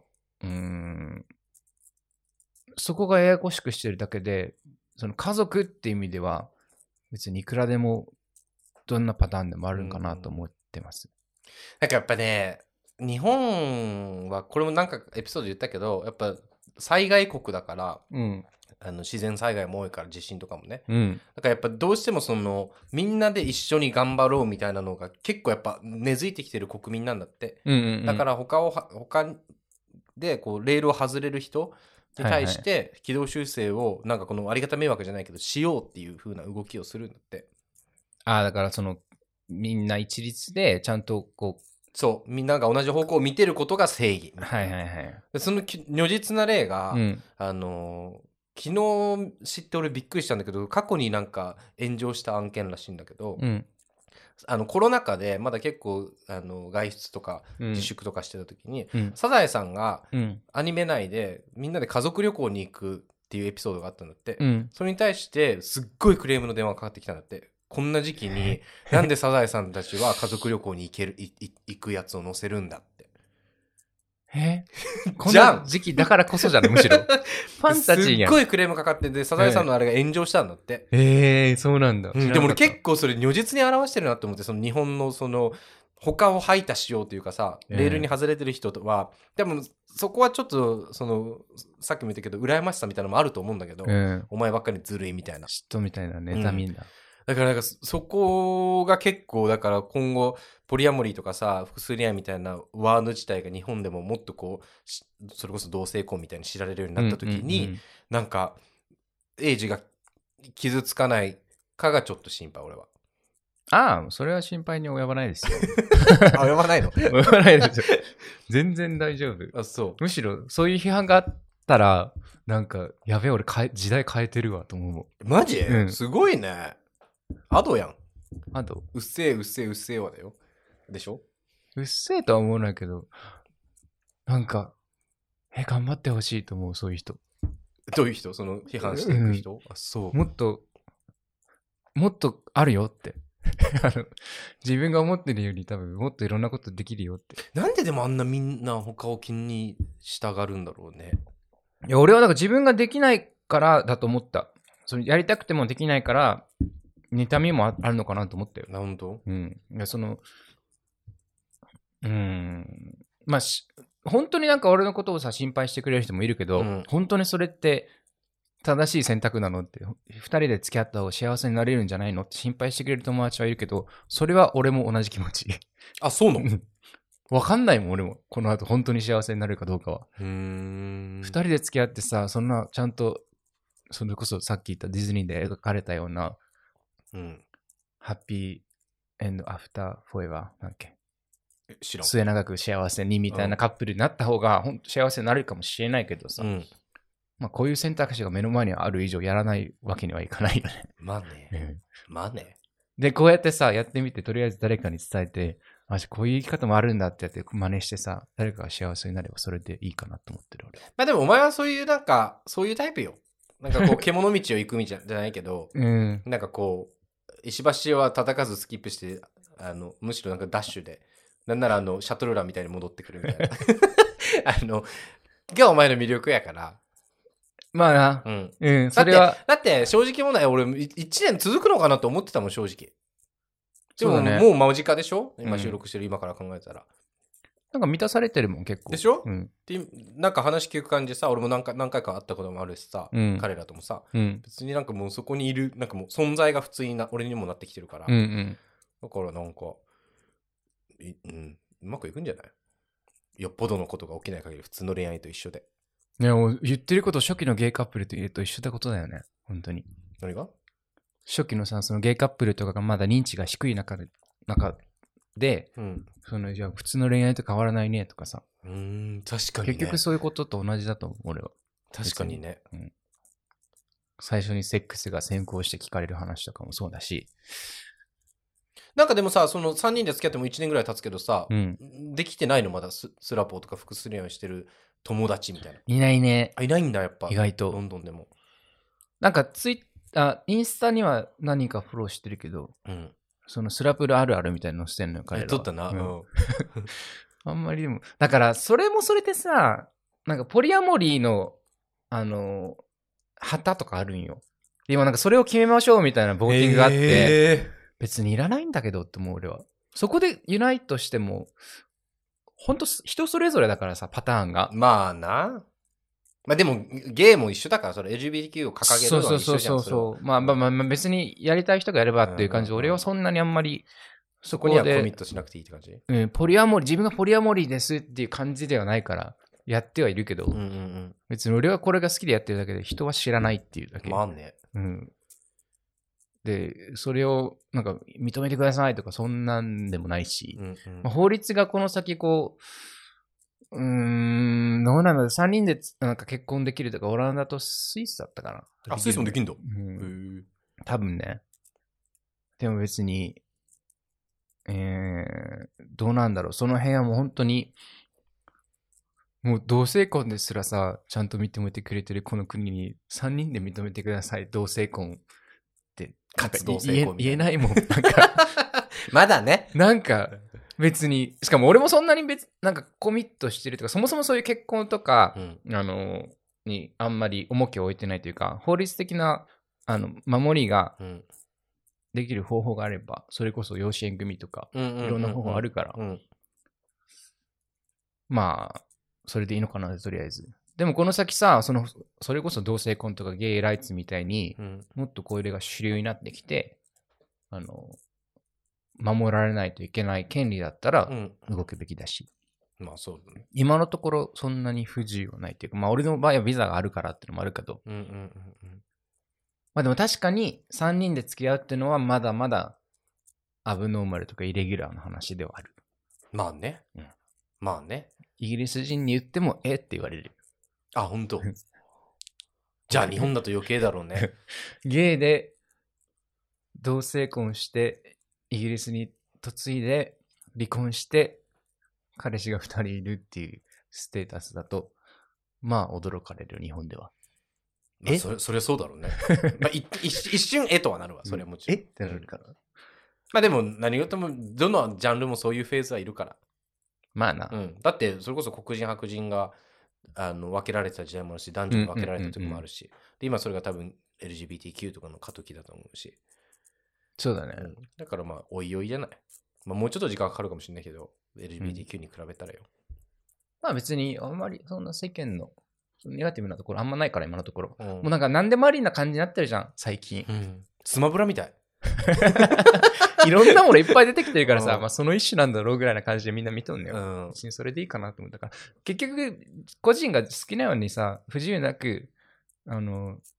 そこがややこしくしてるだけで、その家族っていう意味では別にいくらでもどんなパターンでもあるんかなと思ってます。 なんかやっぱね、日本はこれもなんかエピソードで言ったけど、やっぱ災害国だから、自然災害も多いから地震とかもね、だからやっぱどうしてもそのみんなで一緒に頑張ろうみたいなのが結構やっぱ根付いてきてる国民なんだって、だから他でこうレールを外れる人に対して軌道修正をなんかこのありがた迷惑じゃないけどしようっていう風な動きをするんだって。 だからそのみんな一律でちゃんとこう、 そうみんなが同じ方向を見てることが正義。その如実な例が、昨日知って俺びっくりしたんだけど、過去になんか炎上した案件らしいんだけど、コロナ禍でまだ結構外出とか自粛とかしてた時に、サザエさんがアニメ内でみんなで家族旅行に行くっていうエピソードがあったんだって、それに対してすっごいクレームの電話がかかってきたんだって。こんな時期になんでサザエさんたちは家族旅行に行くやつを載せるんだって。 こんな時期だからこそじゃん、むしろ。ファンタジーやん。 すっごいクレームかかってて、サザエさんのあれが炎上したんだって。 そうなんだ。 でも俺結構それ如実に表してるなと思って、その日本のその、他を排他しようというかさ、レールに外れてる人は、でもそこはちょっと、その、さっきも言ったけど、羨ましさみたいなのもあると思うんだけど、お前ばっかりずるいみたいな。 嫉妬みたいな妬みんだ。 だからなんかそこが結構だから今後ポリアモリーとかさ複数恋愛みたいなワード自体が日本でももっとこうそれこそ同性婚みたいに知られるようになった時に、なんかエイジが傷つかないかがちょっと心配俺は。 それは心配に及ばないですよ。 及ばないの？ 及ばないですよ。全然大丈夫。 そう。 むしろそういう批判があったらなんかやべえ俺時代変えてるわと思う。 マジ？すごいね。アドやん。 アド。 うっせえわだよ。でしょ？ うっせえとは思わないけど、なんか、頑張ってほしいと思う、そういう人。 どういう人？その批判していく人？そう。 もっとあるよって。自分が思ってるより多分もっといろんなことできるよって。 なんででもあんなみんな他を気にしたがるんだろうね。 いや、俺はだから自分ができないからだと思った。そのやりたくてもできないから、妬みもあるのかなと思ったよ。 なるほど。 いやまあ本当になんか俺のことをさ心配してくれる人もいるけど、本当にそれって正しい選択なのって、2人で付き合った方が幸せになれるんじゃないのって心配してくれる友達はいるけど、それは俺も同じ気持ち。 そうなの？ わかんないもん俺も、この後本当に幸せになれるかどうかは。2人で付き合ってさ、そんなちゃんとそれこそさっき言ったディズニーで描かれたような、ハッピーエンドアフターフォーエバーなんだっけ、末永く幸せにみたいなカップルになった方が本当幸せになるかもしれないけどさ、まあこういう選択肢が目の前にある以上やらないわけにはいかないよね。 まあね。まあね。 で、こうやってさ、やってみて、とりあえず誰かに伝えて、こういう生き方もあるんだってやって真似してさ、誰かが幸せになればそれでいいかなと思ってる俺は。 まあでもお前はそういうなんか、そういうタイプよ。なんかこう、獣道を行くみたいじゃないけど、なんかこう、石橋は叩かずスキップして、むしろなんかダッシュで、なんならシャトルランみたいに戻ってくるみたいな。がお前の魅力やから。 まあな。それは。 だって正直問題、俺1年続くのかなと思ってたもん、正直。でも、ね、もう間近でしょ、今収録してる今から考えたら。 なんか満たされてるもん、結構。 でしょ、でなんか話聞く感じさ、俺も何回か会ったこともあるしさ、彼らともさ、別になんかもうそこにいる、なんかもう存在が普通に俺にもなってきてるから。だからなんか、うまくいくんじゃない？よっぽどのことが起きない限り普通の恋愛と一緒で。 いや、言ってること初期のゲイカップルと言うと一緒ってことだよね。本当に。 何が？ 初期のさ、そのゲイカップルとかがまだ認知が低い中で、じゃあ普通の恋愛と変わらないねとかさ。 確かにね。 結局そういうことと同じだと思う、俺は。 確かにね。 最初にセックスが先行して聞かれる話とかもそうだし。 なんかでもさ、その3人で付き合っても1年ぐらい経つけどさ、できてないのまだスラポーとか複数恋愛してる友達みたいな。 いないね。 いないんだ、やっぱ。 意外と。 ロンドンでも。 なんかインスタには何かフォローしてるけど、そのスラプルあるあるみたいなのしてんのよ、彼らは。 撮ったな。 あんまりでも。だから、それもそれでさ、なんかポリアモリーの、旗とかあるんよ。今なんかそれを決めましょうみたいなボーティングがあって、別にいらないんだけどって思う俺は。そこでユナイトしても、ほんと人それぞれだからさ、パターンが。 まあな。まあでも、ゲイも一緒だから、それ LGBTQ を掲げるのは一緒じゃん。 そう。まあ別にやりたい人がやればっていう感じで、俺はそんなにあんまり、 そこにはコミットしなくていいって感じ？ ポリアモリー、自分がポリアモリーですっていう感じではないから、やってはいるけど、別に俺はこれが好きでやってるだけで、人は知らないっていうだけ。 まあね。 で、それをなんか認めてくださいとかそんなんでもないし、法律がこの先こう、どうなんだろう、3人でなんか結婚できるとか、オランダとスイスだったかな。 スイスもできんだ。 多分ね。でも別に、どうなんだろう、その辺はもう本当に、もう同性婚ですらさ、ちゃんと認めてくれてるこの国に3人で認めてください、同性婚って言えないもん。なんかまだね。 なんか別に、しかも俺もそんなになんかコミットしてるとか、そもそもそういう結婚とか、にあんまり重きを置いてないというか、法律的な守りができる方法があれば、それこそ養子縁組とか、いろんな方法あるから、まあ、それでいいのかな、とりあえず。でもこの先さ、それこそ同性婚とかゲイライツみたいに、もっとこれが主流になってきて、守られないといけない権利だったら動くべきだし。 まあそうだね。 今のところそんなに不自由はないっていうか、まあ俺の場合はビザがあるからっていうのもあるけど。まあでも確かに3人で付き合うっていうのはまだまだアブノーマルとかイレギュラーの話ではある。 まあね。まあね。 イギリス人に言ってもって言われる。 あ、ほんと。じゃあ日本だと余計だろうね。 ゲイで同性婚してイギリスに嫁いで離婚して彼氏が2人いるっていうステータスだと、まあ驚かれる日本では。 まあ、それそうだろうね。まあ、一瞬とはなるわ、それはもちろん。 ってなるから。 まあでも何事もどのジャンルもそういうフェーズはいるから。 まあな。 だってそれこそ黒人白人が分けられてた時代もあるし、男女に分けられた時もあるし、で今それが多分 LGBTQ とかの過渡期だと思うし。 そうだね。 だからまあおいおいじゃない。まあもうちょっと時間かかるかもしれないけど、LGBTQ に比べたらよ。 まあ別にあんまりそんな世間のネガティブなところあんまないから今のところ。もうなんか何でもありな感じになってるじゃん、最近。 スマブラみたい。 いろんなものいっぱい出てきてるからさ、まあその一種なんだろうぐらいな感じでみんな見とんのよ。別にそれでいいかなと思ったから。結局、個人が好きなようにさ、不自由なく、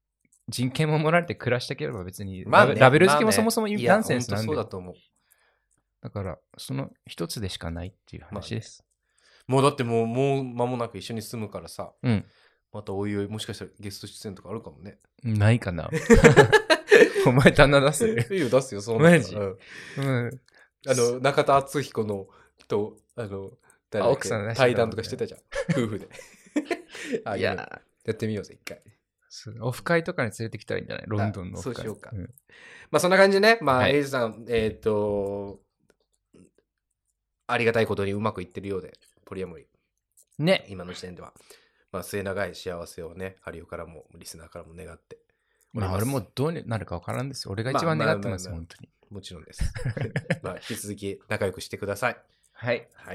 人権守られて暮らしたければ別に、 まあね、 ラベル付けもそもそもまあね、 ナンセンスなんで。 そうだと思う。 だから、その一つでしかないっていう話です。 もうだってもう間もなく一緒に住むからさ、 うん。 またおいおい、もしかしたらゲスト出演とかあるかもね。 ないかな。お前旦那出すいいよ、出すよ、そうなマジ、 うん。 うん。 中田敦彦のと、誰だっけ奥さん出してたもんね対談とかしてたじゃん。夫婦で。 いや、 やってみようぜ、一回。 オフ会とかに連れてきたらいいんじゃない？ロンドンのオフ会。 そうしようか。 うん、 まあそんな感じでね、まあ、 はい、 エイジさん、ありがたいことにうまくいってるようで、ポリアモリ。 ね。 今の時点では。まあ末永い幸せをね、ハリオからも、リスナーからも願って。 まあ俺もどうなるか分からんですよ。俺が一番願ってます、本当に。 もちろんです。まあ引き続き仲良くしてください。 はい。 はい。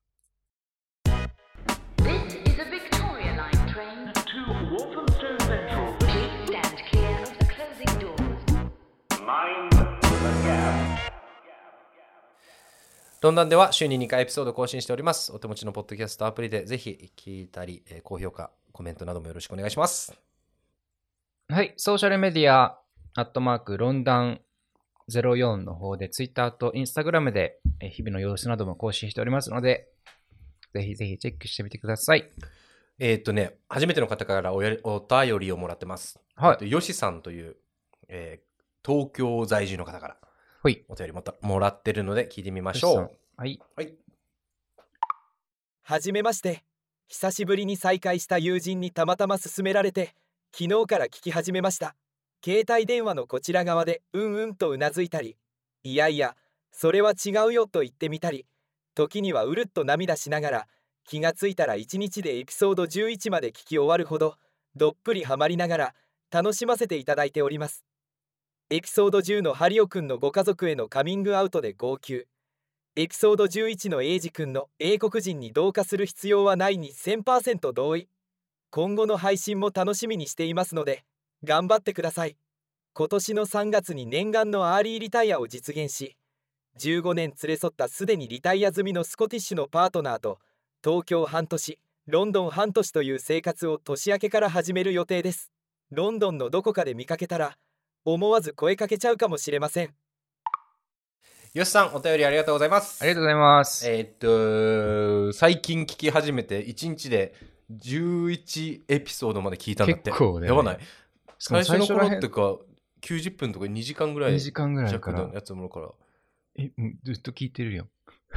ロンダンでは週に2回エピソード更新しております。お手持ちのポッドキャストアプリでぜひ聞いたり、高評価、コメントなどもよろしくお願いします。 はい。ソーシャルメディア、@ロンダン04の方で、Twitter と Instagram で日々の様子なども更新しておりますので、ぜひぜひチェックしてみてください。 初めての方からお便りをもらってます。 はい。 ヨシさんという、東京在住の方から。 はい。 お便りもらってるので聞いてみましょう。 はい。 はい。 はじめまして。久しぶりに再会した友人にたまたま勧められて、昨日から聞き始めました。携帯電話のこちら側でうんうんとうなずいたり、いやいや、それは違うよと言ってみたり、時にはうるっと涙しながら、気がついたら1日でエピソード11まで聞き終わるほど、どっぷりハマりながら楽しませていただいております。エピソード10のハリオくんのご家族へのカミングアウトで号泣。エピソード11のエイジくんの英国人に同化する必要はないに 1000% 同意。今後の配信も楽しみにしていますので、頑張ってください。今年の3月に念願のアーリーリタイアを実現し、15年連れ添ったすでにリタイア済みのスコティッシュのパートナーと、東京半年、ロンドン半年という生活を年明けから始める予定です。ロンドンのどこかで見かけたら、思わず声かけちゃうかもしれません。 よしさん、お便りありがとうございます。 ありがとうございます。 最近聞き始めて1日で11エピソードまで聞いたんだって。 結構ね。 やばない。最初の頃ってか、90分とか2時間ぐらい。 2時間ぐらいから。 のやつもらうから。 ずっと聞いてるよ。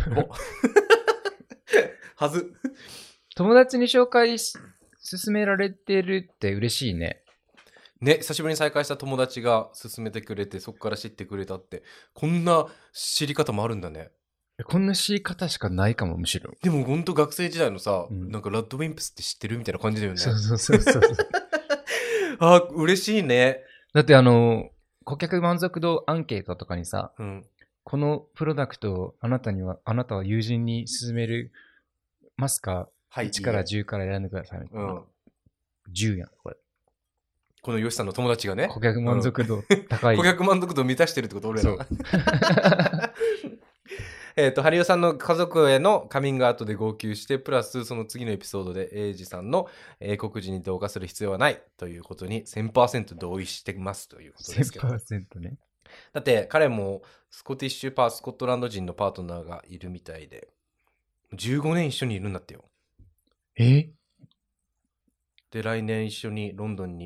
はず。 友達に紹介勧められてるって嬉しいね。 ね、久しぶりに再会した友達が勧めてくれて、そこから知ってくれたって、こんな知り方もあるんだね。 こんな知り方しかないかも、むしろ。 でも本当学生時代のさ、なんかラッドウィンプスって知ってるみたいな感じだよね。 そう。 あ、嬉しいね。 だって顧客満足度アンケートとかにさ、このプロダクトをあなたは友人に勧めるますか、はい、1から10から選んでくださいみたいな。10やん、これ。 このヨシさんの友達がね。 顧客満足度高い。 顧客満足度を満たしてるってこと、俺らが。ハリオさんの家族へのカミングアウトで号泣して、プラスその次のエピソードでエイジさんの英国人に同化する必要はないということに 1000% 同意してますということですけど。 1000% ね。 だって彼もスコットランド人のパートナーがいるみたいで、15年一緒にいるんだってよ。で、来年一緒にロンドン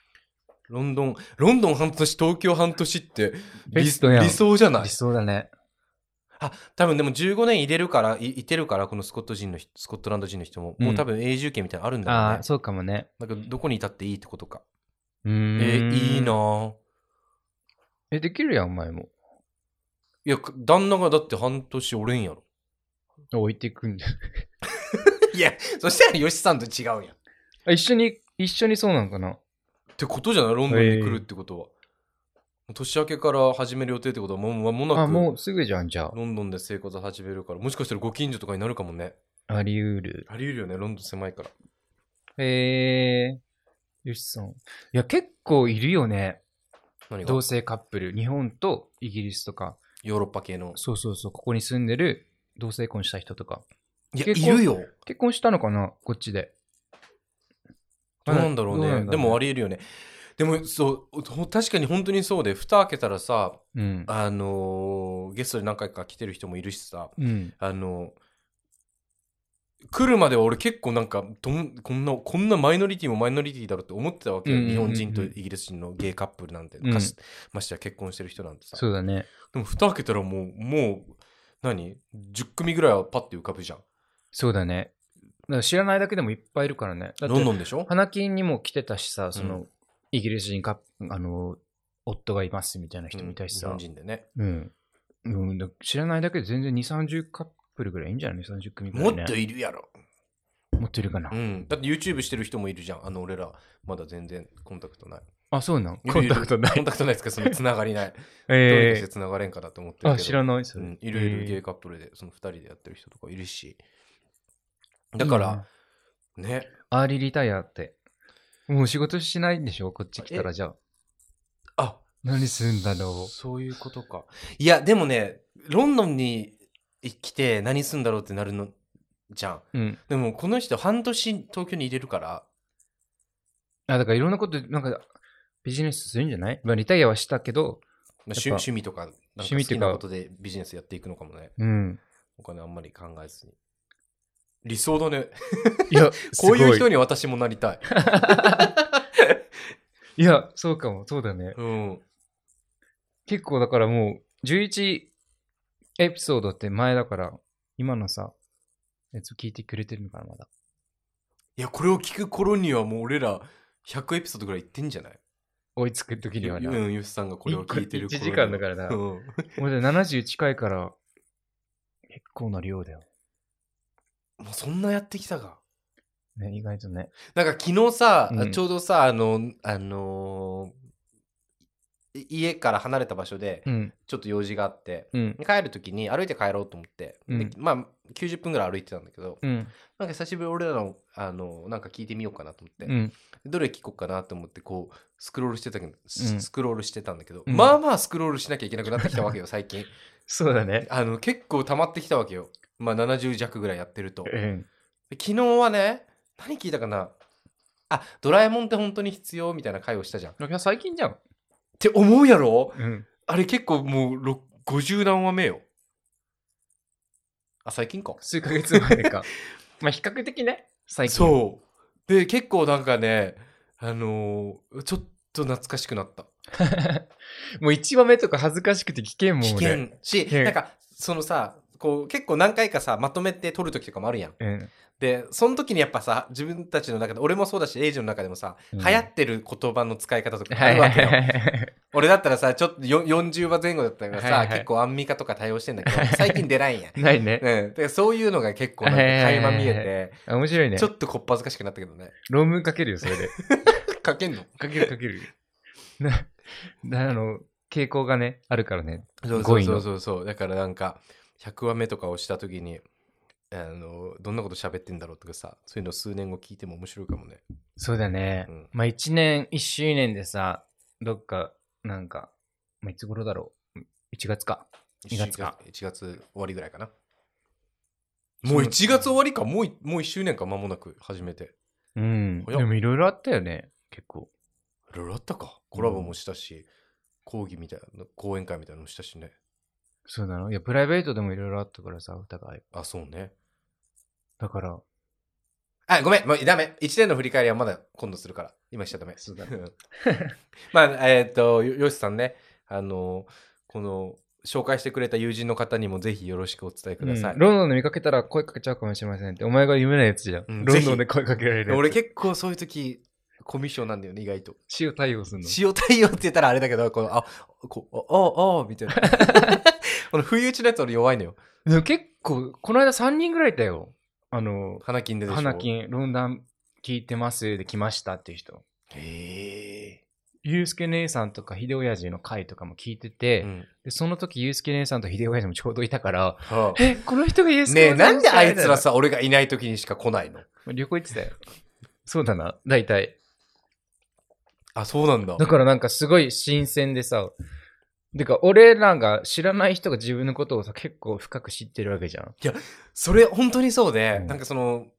半年、東京半年って理想じゃない？ 理想だね。 多分でも15年いてるから、このスコットランド人の人も、もう多分永住権みたいなのあるんだろうね。 そうかもね。 なんかどこにいたっていいってことか。いいなぁ。 できるやん、お前も。 いや、旦那がだって半年おれんやろ。 置いていくんだよ。 いや、そしたらヨシさんと違うやん。 一緒にそうなんかなってことじゃない？ロンドンに来るってことは。年明けから始める予定ってことはもう間もなく。 もうすぐじゃん、じゃあ。 ロンドンで生活始めるから、もしかしたらご近所とかになるかもね。 あり得るよね、ロンドン狭いから。 よしさん。いや、結構いるよね。 何が？ 同性カップル。日本とイギリスとか。 ヨーロッパ系の。 そう、ここに住んでる同性婚した人とか。 いや、いるよ。 結婚したのかな、こっちで。 どうなんだろうね。でもあり得るよね。 でもそう確かに本当にそうで、蓋開けたらさ、ゲストで何回か来てる人もいるしさ、来るまでは俺結構なんかこんなマイノリティもマイノリティだろうって思ってたわけよ、日本人とイギリス人のゲイカップルなんて、ましてや結婚してる人なんてさ。 そうだね。 でも蓋開けたらもう10組ぐらいはパッて浮かぶじゃん。 そうだね。だから知らないだけでもいっぱいいるからね。 ロンドンでしょ。 花金にも来てたしさ、イギリス人夫がいますみたいな人もいたしさ。 日本人でね。 知らないだけで全然2、30カップルぐらいいいんじゃない ?30 組ぐらい、ね。 もっといるやろ。 もっといるかな。 だって YouTube してる人もいるじゃん。俺らまだ全然コンタクトない。 あ、そうなん？コンタクトない。 コンタクトないですか？そのつながりない。どうにかしてつながれんかなと思ってるけど。 あ、知らないそれ。 いるゲイカップルで、その2人でやってる人とかいるし。だから、ね。 アーリーリタイアって。もう仕事しないんでしょ？こっち来たらじゃあ。 あ、 何するんだろう。 そういうことか。いや、でもね、ロンドンに来て何するんだろうってなるのじゃん。でもこの人半年東京に入れるから。 だからいろんなこと、なんかビジネスするんじゃない？まあリタイアはしたけど、 趣味とか、なんか好きなことでビジネスやっていくのかもね。お金あんまり考えずに。理想だね。いや、こういう人に私もなりたい。 いや、そうかも、そうだね。結構だからもう、11エピソードって前だから、今のさ、やつ聞いてくれてるのかな、まだ。 いや、これを聞く頃にはもう俺ら100エピソードぐらいいってんじゃない？ 追いつく時にはな。 ユスさんがこれを聞いてる頃に。1時間だからな。もう70近いから、結構な量だよ。 もうそんなやってきたか。 ね、意外とね。 なんか昨日さ、ちょうどさ、家から離れた場所で、ちょっと用事があって、帰るときに歩いて帰ろうと思って、でまあ、90分ぐらい歩いてたんだけど、なんか久しぶり俺らの、なんか聞いてみようかなと思って、どれ聞こうかなと思って、こう、スクロールしてたんだけど、まあまあスクロールしなきゃいけなくなってきたわけよ、最近。 そうだね。 結構溜まってきたわけよ。まあ70弱ぐらいやってると。昨日はね、何聞いたかな？ドラえもんって本当に必要みたいな回をしたじゃん。 最近じゃん。 って思うやろ？あれ結構もう50何話目よ。最近か。 数ヶ月前か。まあ比較的ね、最近。 そう。で、結構なんかね、ちょっと懐かしくなった。 もう1話目とか恥ずかしくて聞けんもんね。 聞けんし、なんか、そのさ、こう結構何回かさまとめて撮る時とかもあるやん、でその時にやっぱさ自分たちの中で俺もそうだしエイジの中でもさ、流行ってる言葉の使い方とかあるわけよ俺だったらさちょっと40話前後だったからさ、結構アンミカとか対応してんだけど最近出ないんやないね、 でそういうのが結構なんか垣間見えて、 面白いね。 ちょっとこっぱずかしくなったけどね。 論文書けるよそれで書けんの？ 書ける傾向がねあるからね。 そうだからなんか100話目とかをした時にどんなこと喋ってんだろうとかさ、そういうの数年後聞いても面白いかもね。 そうだね、まあ1周年でさどっかなんか、まあ、いつ頃だろう、1月か2月か 1月終わりぐらいかな。もう1月終わりか。もう1周年か。間もなく始めて。 でもいろいろあったよね。結構いろいろあったか。コラボもしたし、講義みたいな講演会みたいなのもしたしね。 そうなの？いや、プライベートでもいろいろあったからさ、お互い。 そうね。 だから。 ごめん、もうダメ。1年の振り返りはまだ今度するから。今しちゃダメ。 そうだね。 まあ、よしさんね、この、紹介してくれた友人の方にもぜひよろしくお伝えください。 ロンドンで見かけたら声かけちゃうかもしれませんって。お前が夢なやつじゃん。ロンドンで声かけられるやつ。 俺結構そういう時、コミッションなんだよね、意外と。 塩対応するの？ 塩対応って言ったらあれだけど、みたいな。この不意打ちのやつ俺弱いのよ。 でも結構、この間3人ぐらいいたよ。 花金でしょ。 花金、ロンドン聞いてますで来ましたっていう人。ゆうすけ姉さんとか秀親父の回とかも聞いてて、でその時ゆうすけ姉さんと秀親父もちょうどいたから、この人がゆうすけ姉さん。 ねえ、なんであいつらさ、俺がいない時にしか来ないの？ 旅行行ってたよ。そうだな、大体。 そうなんだ。 だからなんかすごい新鮮でさ、てか俺らが知らない人が自分のことをさ結構深く知ってるわけじゃん。 いや、それ本当にそうで、なんかその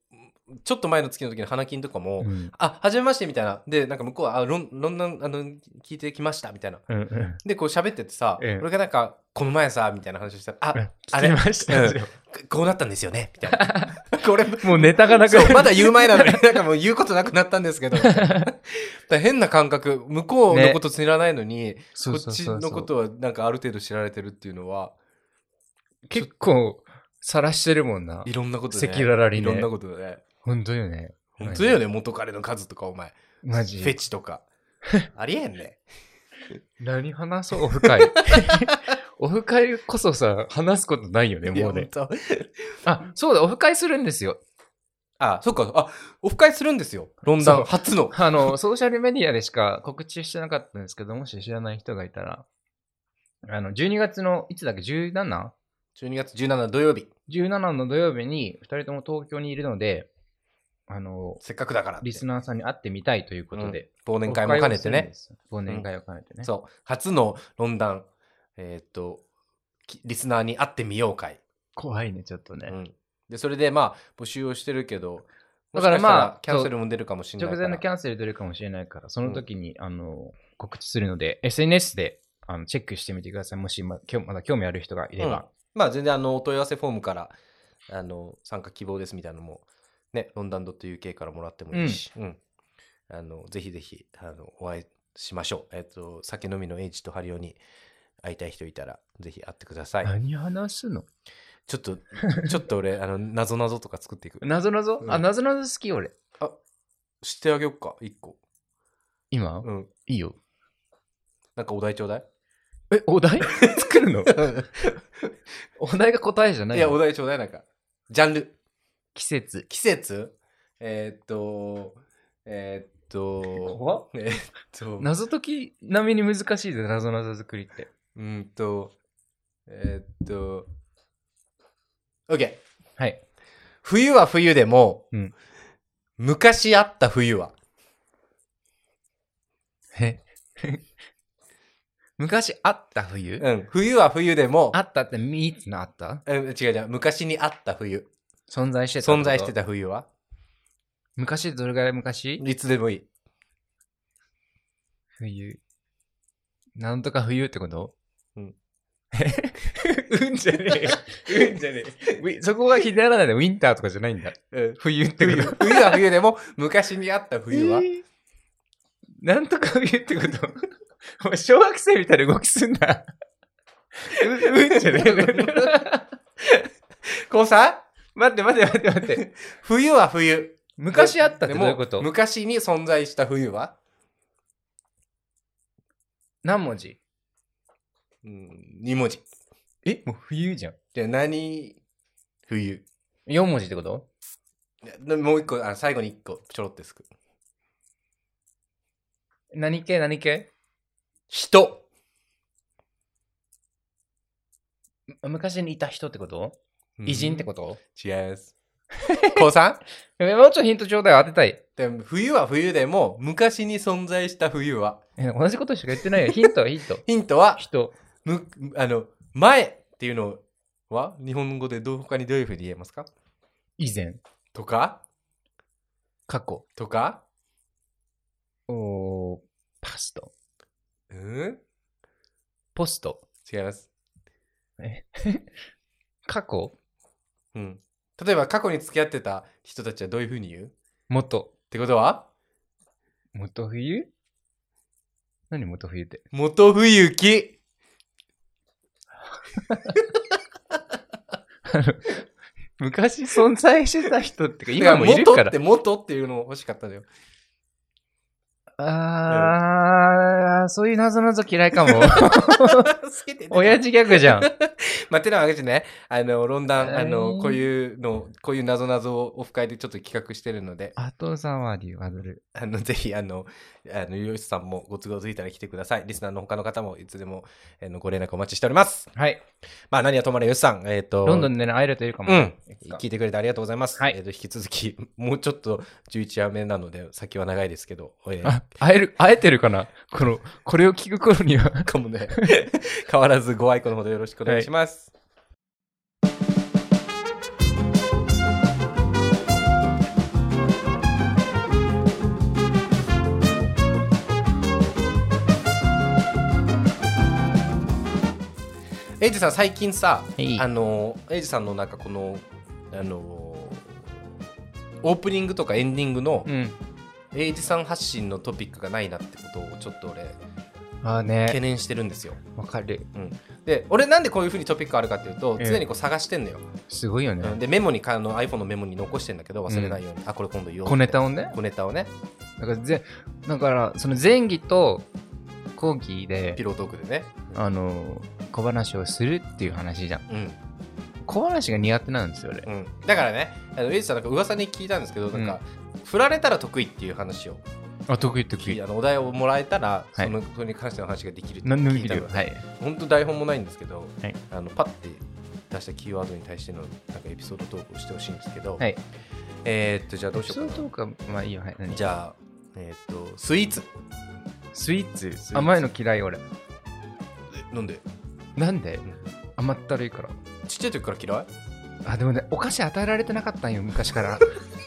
ちょっと前の月の時の花金とかも、はじめましてみたいな。で、なんか向こうは、ロンドン、聞いてきましたみたいな。で、こう喋っててさ、俺がなんか、この前さ、みたいな話をしたら、あれ、 聞きました、 こうなったんですよね、みたいな。これ、 もうネタがなくなる。まだ言う前なのに、なんかもう言うことなくなったんですけど、変な感覚、向こうのこと知らないのに、こっちのことはなんかある程度知られてるっていうのは、 結構、晒してるもんな。 いろんなことね。赤裸々にね。いろんなことね。 本当よね。 本当よね、元彼の数とかお前。 マジ。 フェチとか。ありえんね。 何話そう、オフ会。オフ会こそさ、話すことないよね、もうね。あ、そうだ、オフ会するんですよ。 あ、そっか。あ、オフ会するんですよ。ロンダン初の。 ソーシャルメディアでしか告知してなかったんですけど、もし知らない人がいたら、12月の、いつだっけ、17? 12月17土曜日。 17の土曜日に、2人とも東京にいるので、 せっかくだからリスナーさんに会ってみたいということで。 忘年会も兼ねてね。 忘年会を兼ねてね。 そう。初のロンダン、リスナーに会ってみよう会。 怖いね、ちょっとね。 で、それでまあ、募集をしてるけど、 だからまあ、 キャンセルも出るかもしれないから。 直前のキャンセル出るかもしれないから、その時に、告知するので、SNS でチェックしてみてください。もしまだ興味ある人がいれば。 まあ全然お問い合わせフォームから参加希望ですみたいなのもね、ロンダン.uk からもらってもいいし、ぜひぜひお会いしましょう。酒飲みの H とハリオに会いたい人いたらぜひ会ってください。 何話すの？ ちょっと俺なぞなぞとか作っていく。 なぞなぞ？なぞなぞ好き俺。 知ってあげよっか1個。 今？いいよ。 なんかお題ちょうだい。 お題作るの？お題が答えじゃないの？ いや、お題ちょうだい。なんかジャンル。 季節。 怖っ。 謎解き並みに難しいで、謎なぞ作りって。 OK。 はい。 冬は冬でも、昔あった冬は昔あった冬？ 冬は冬でも。 あったって3つのあった？ 違う。昔にあった冬。 存在してた冬は？ 昔どれぐらい昔？ いつでもいい。 冬。なんとか冬ってこと？じゃねえ。そこが気にならないで、ウィンターとかじゃないんだ。冬ってこと。 冬は冬でも昔にあった冬は？ なんとか冬ってこと？お前小学生みたいな動きすんな。じゃねえ。 こうさ、 待って。 冬は冬。 昔あったってどういうこと？ 昔に存在した冬は？ 何文字 ？2文字。 もう冬じゃん。 じゃあ何冬？ 4文字ってこと？ もう一個、最後に1個ちょろってすく。 何系？ 人。 昔にいた人ってこと？偉人ってこと？ 違います。高3？ もうちょっとヒントちょうだい。当てたい。 でも冬は冬でも昔に存在した冬は？ 同じことしか言ってないよ。ヒント。 ヒントは人。 前っていうのは日本語で他にどういうふうに言えますか？ 以前とか過去とかパスト。 ポスト。違います。 過去？ 例えば過去に付き合ってた人たちはどういうふうに言う？ 元。 ってことは？ 元冬？何元冬って？ 元冬期。 昔存在してた人ってか今もいるから。 元っていうの欲しかったのよ。 そういう謎嫌いかも。親父ギャグじゃん。 まあ、てなわけでね、ロンダン、こういう謎をオフ会でちょっと企画してるので。 後触りはどれ？ ぜひ、ヨシさんもご都合ついたら来てください。リスナーの他の方もいつでも、ご連絡お待ちしております。 はい。 まあ、何はともあれヨシさん、 ロンドンでね、会えるといいかも。 聞いてくれてありがとうございます。 はい。 引き続き、もうちょっと11話目なので、先は長いですけど。 会えてるかな？これを聞く頃には。 かもね。変わらずご愛顧のほどよろしくお願いします。 エイジさん最近さ、 エイジさんのなんかこのオープニングとかエンディングの、エイジさん発信のトピックがないなってことをちょっと俺懸念してるんですよ。 わかる。 で俺なんでこういう風にトピックあるかっていうと、常にこう探してんのよ。 すごいよね。 でメモにiPhone のメモに残してんだけど忘れないように、これ今度言おう。 小ネタをね。 だからその前儀と後儀でピロートークでね、 小話をするっていう話じゃん。小話が苦手なんですよ俺。 だからね、エイジさんなんか噂に聞いたんですけど、なんか振られたら得意っていう話を。 得意。 お題をもらえたら、それに関しての話ができるって聞いたので、 本当台本もないんですけど、パッて出したキーワードに対してのなんかエピソードトークをしてほしいんですけど、じゃあどうしようかな。エピソードトークはまあいいよ。 じゃあスイーツ。 甘いの嫌い俺。なんで？甘ったるいから。 ちっちゃい時から嫌い？ でもね、お菓子与えられてなかったんよ昔から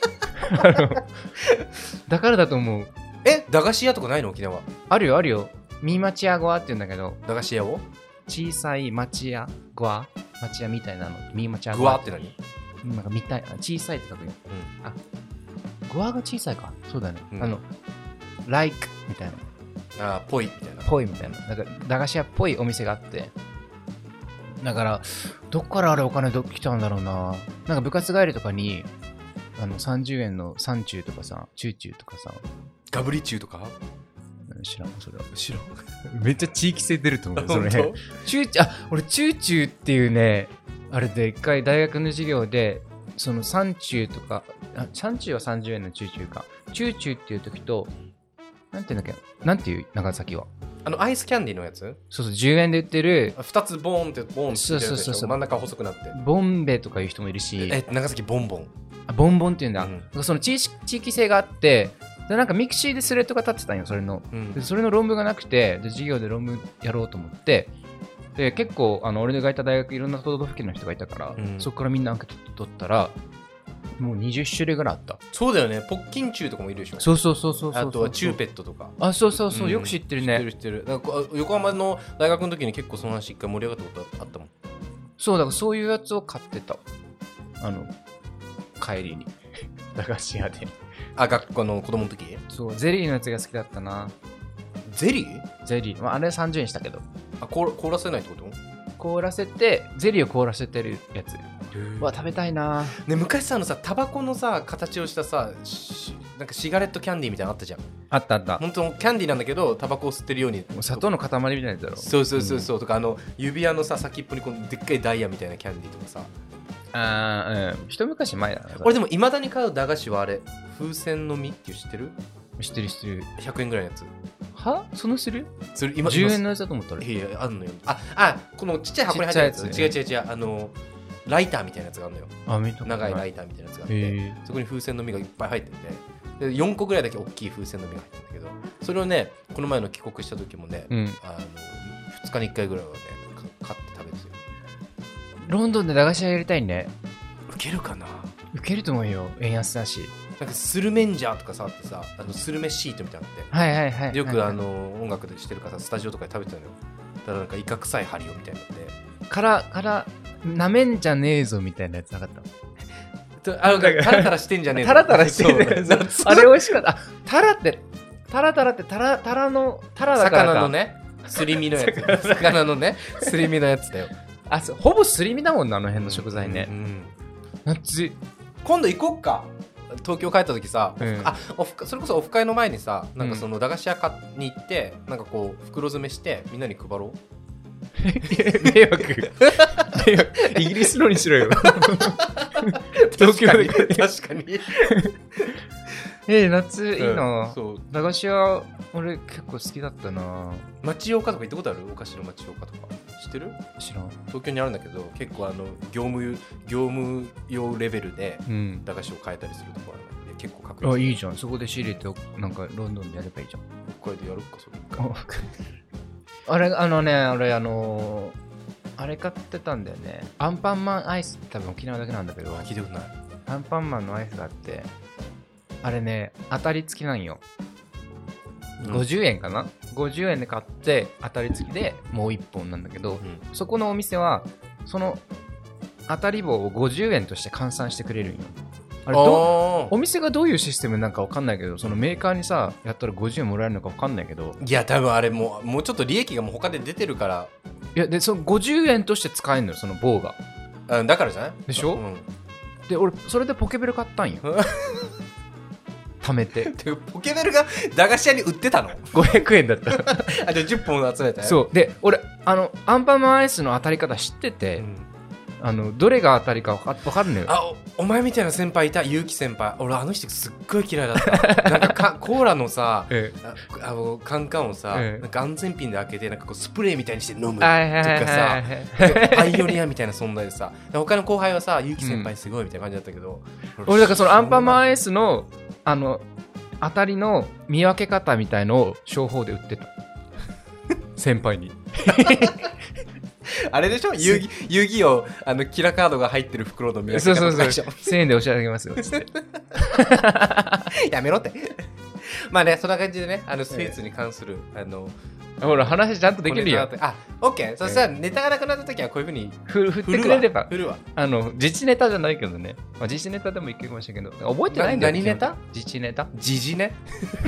だからだと思う。 駄菓子屋とかないの沖縄？ あるよ。ミーマチアゴアって言うんだけど、 駄菓子屋を小さい町屋ゴア、町屋みたいなの。ミーマチアゴアって何？ なんか小さいって書くよ。ゴアが小さいか。そうだね。like みたいな。 ぽいみたいな。 ぽいみたいな。なんか駄菓子屋っぽいお店があって。だからどっからあれお金来たんだろうな。なんか部活帰りとかに30円のサンチューとかさ、チューチューとかさ、 ガブリチューとか知らん。それは知らんめっちゃ地域性出ると思う。それ俺チューチューっていうね、あれで一回大学の授業でそのサンチューとか、サンチューは30円のチューチューか、チューチューっていう時となんていうんだっけ、なんていう長崎はアイスキャンディーのやつ？ そう10円で売ってる 2つボーンってそう真ん中細くなってボンベとかいう人もいるし、 長崎ボンボンボンボンっていうんだ、その地域性があって、でなんかミクシーでスレッドが立ってたんよそれの、でそれの論文がなくて、で授業で論文やろうと思って、で結構俺がいた大学いろんな都道府県の人がいたから、そこからみんなアンケート取ったらもう20種類ぐらいあった。 そうだよね。ポッキンチューとかもいるでしょ。 そうあとはチューペットとか。 そうよく知ってるね。 知ってる。横浜の大学の時に結構その話一回盛り上がったことあったもん。 そうだからそういうやつを買ってた。帰りに駄菓子屋で。 学校の子供の時？ そうゼリーのやつが好きだったな。 ゼリー？ あれ30円したけど。 凍らせないってこと？ 凍らせてゼリーを凍らせてるやつ。食べたいな。 ね、昔さタバコのさ形をしたさなんかシガレットキャンディーみたいなのあったじゃん。 あった本当キャンディーなんだけどタバコを吸ってるように砂糖の塊みたいなやつだろ。 そうとか指輪のさ先っぽにこのでっかいダイヤみたいなキャンディーとかさ。 一昔前だな。 俺でも未だに買う駄菓子はあれ風船の実って知ってる？100円ぐらいのやつ。 は？そのする今 10円のやつだと思ったら。 いやあんのよ。このちっちゃい箱に入ってるやつ。違うライターみたいなやつがあるのよ。長いライターみたいなやつがあって、そこに風船の実がいっぱい入ってて、で4個ぐらいだけ大きい風船の実が入ってるんだけど、それをねこの前の帰国した時もね、2日に1回ぐらいはね買って食べてる。 ロンドンで駄菓子屋やりたいね。 ウケるかな？ ウケると思うよ。円安だし。 なんかスルメンジャーとかさあってさ、スルメシートみたいなのあって、 はいよく音楽でしてる方スタジオとかで食べてたのよ。だからなんかイカ臭いハリオみたいなのでからなめんじゃねえぞみたいなやつなかった？ タラタラしてんじゃねえぞ。 タラタラしてんじゃねえぞ。あれ美味しかった。タラのタラだからか。 魚のねすり身のやつ。魚のねすり身のやつだよ。 ほぼすり身だもんな、あの辺の食材ね。夏今度行こっか。東京帰った時さ、それこそオフ会の前にさ、なんかその駄菓子屋に行ってなんかこう袋詰めしてみんなに配ろう。 迷惑イギリスのにしろよ。東京で確かに夏いいな。駄菓子屋俺結構好きだったな。 町岡とか行ったことある？お菓子の町岡とか知ってる？ 知らん。 東京にあるんだけど結構業務用レベルで駄菓子を買えたりするところあるので結構確率。 いいじゃん。そこで仕入れてなんかロンドンでやればいいじゃん。 北海道やるかそれ。 俺あれ買ってたんだよね。アンパンマンアイスって多分沖縄だけなんだけど。 聞いたことない。 アンパンマンのアイスがあって、あれね当たり付きなんよ。 50円かな、50円で買って当たり付きでもう1本なんだけど、そこのお店はその当たり棒を50円として換算してくれるんよ。あれお店がどういうシステムなんか分かんないけど、そのメーカーにさやったら50円もらえるのか分かんないけど、 いや多分あれもうちょっと利益がもう他で出てるから、 いやでその50円として使えるのよ、その棒が。 だからじゃないでしょ、で俺それでポケベル買ったんよ貯めてポケベルが駄菓子屋に売ってたの 500円だったじゃあ10本集めたよ。 そうで俺アンパンマンアイスの当たり方知ってて、どれが当たりか分かるのよ。 お前みたいな先輩いた、結城先輩。俺あの人すっごい嫌いだったなんかコーラのさ、カンカンをさ、なんか安全ピンで開けてなんかこうスプレーみたいにして飲むとかさ、パイオニアみたいな存在でさ、他の後輩はさ、結城先輩すごいみたいな感じだったけど、 俺だからそのアンパンマンアイスの当たりの見分け方みたいのを商法で売ってた先輩にあれでしょ、遊戯王キラカードが入ってる袋の見分け方でしょ。 1000円でお支払い上げますよつってやめろってまあね、そんな感じでね、スイーツに関するほら話ちゃんとできるよ。 オッケー。そしたらネタがなくなった時はこういうふうに振ってくれれば。 振るわ。 自治ネタじゃないけどね、自治ネタでもいけるかもしれないけど、覚えてないんだよ。 何ネタ？ 自治ネタ？ 時事ね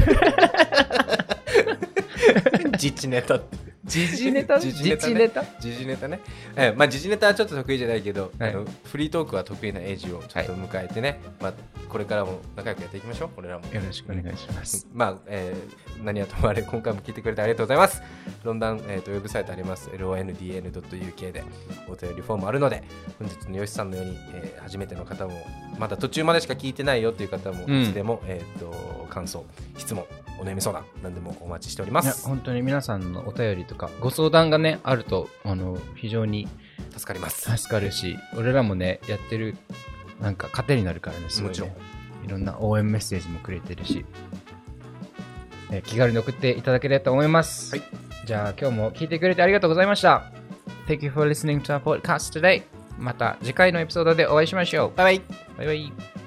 自治ネタって時事ネタ時事ネタね。まあ時事ネタはちょっと得意じゃないけど、フリートークは得意なエイジをちょっと迎えてね、まあこれからも仲良くやっていきましょう。俺らもよろしくお願いします。 まあ何はともあれ今回も聞いてくれてありがとうございます。ロンダンウェブサイトあります londn.uk でお便りフォームあるので、本日のよしさんのように初めての方もまだ途中までしか聞いてないよっていう方もいつでも感想、質問、お悩み相談何でもお待ちしております。 本当に皆さんのお便りとかご相談がねあると非常に助かります。 助かるし、俺らもねやってるなんか糧になるからね。 もちろんいろんな応援メッセージもくれてるし、気軽に送っていただければと思います。はい、じゃあ今日も聞いてくれてありがとうございました。 Thank you for listening to our podcast today. また次回のエピソードでお会いしましょう。 バイバイ。 バイバイ。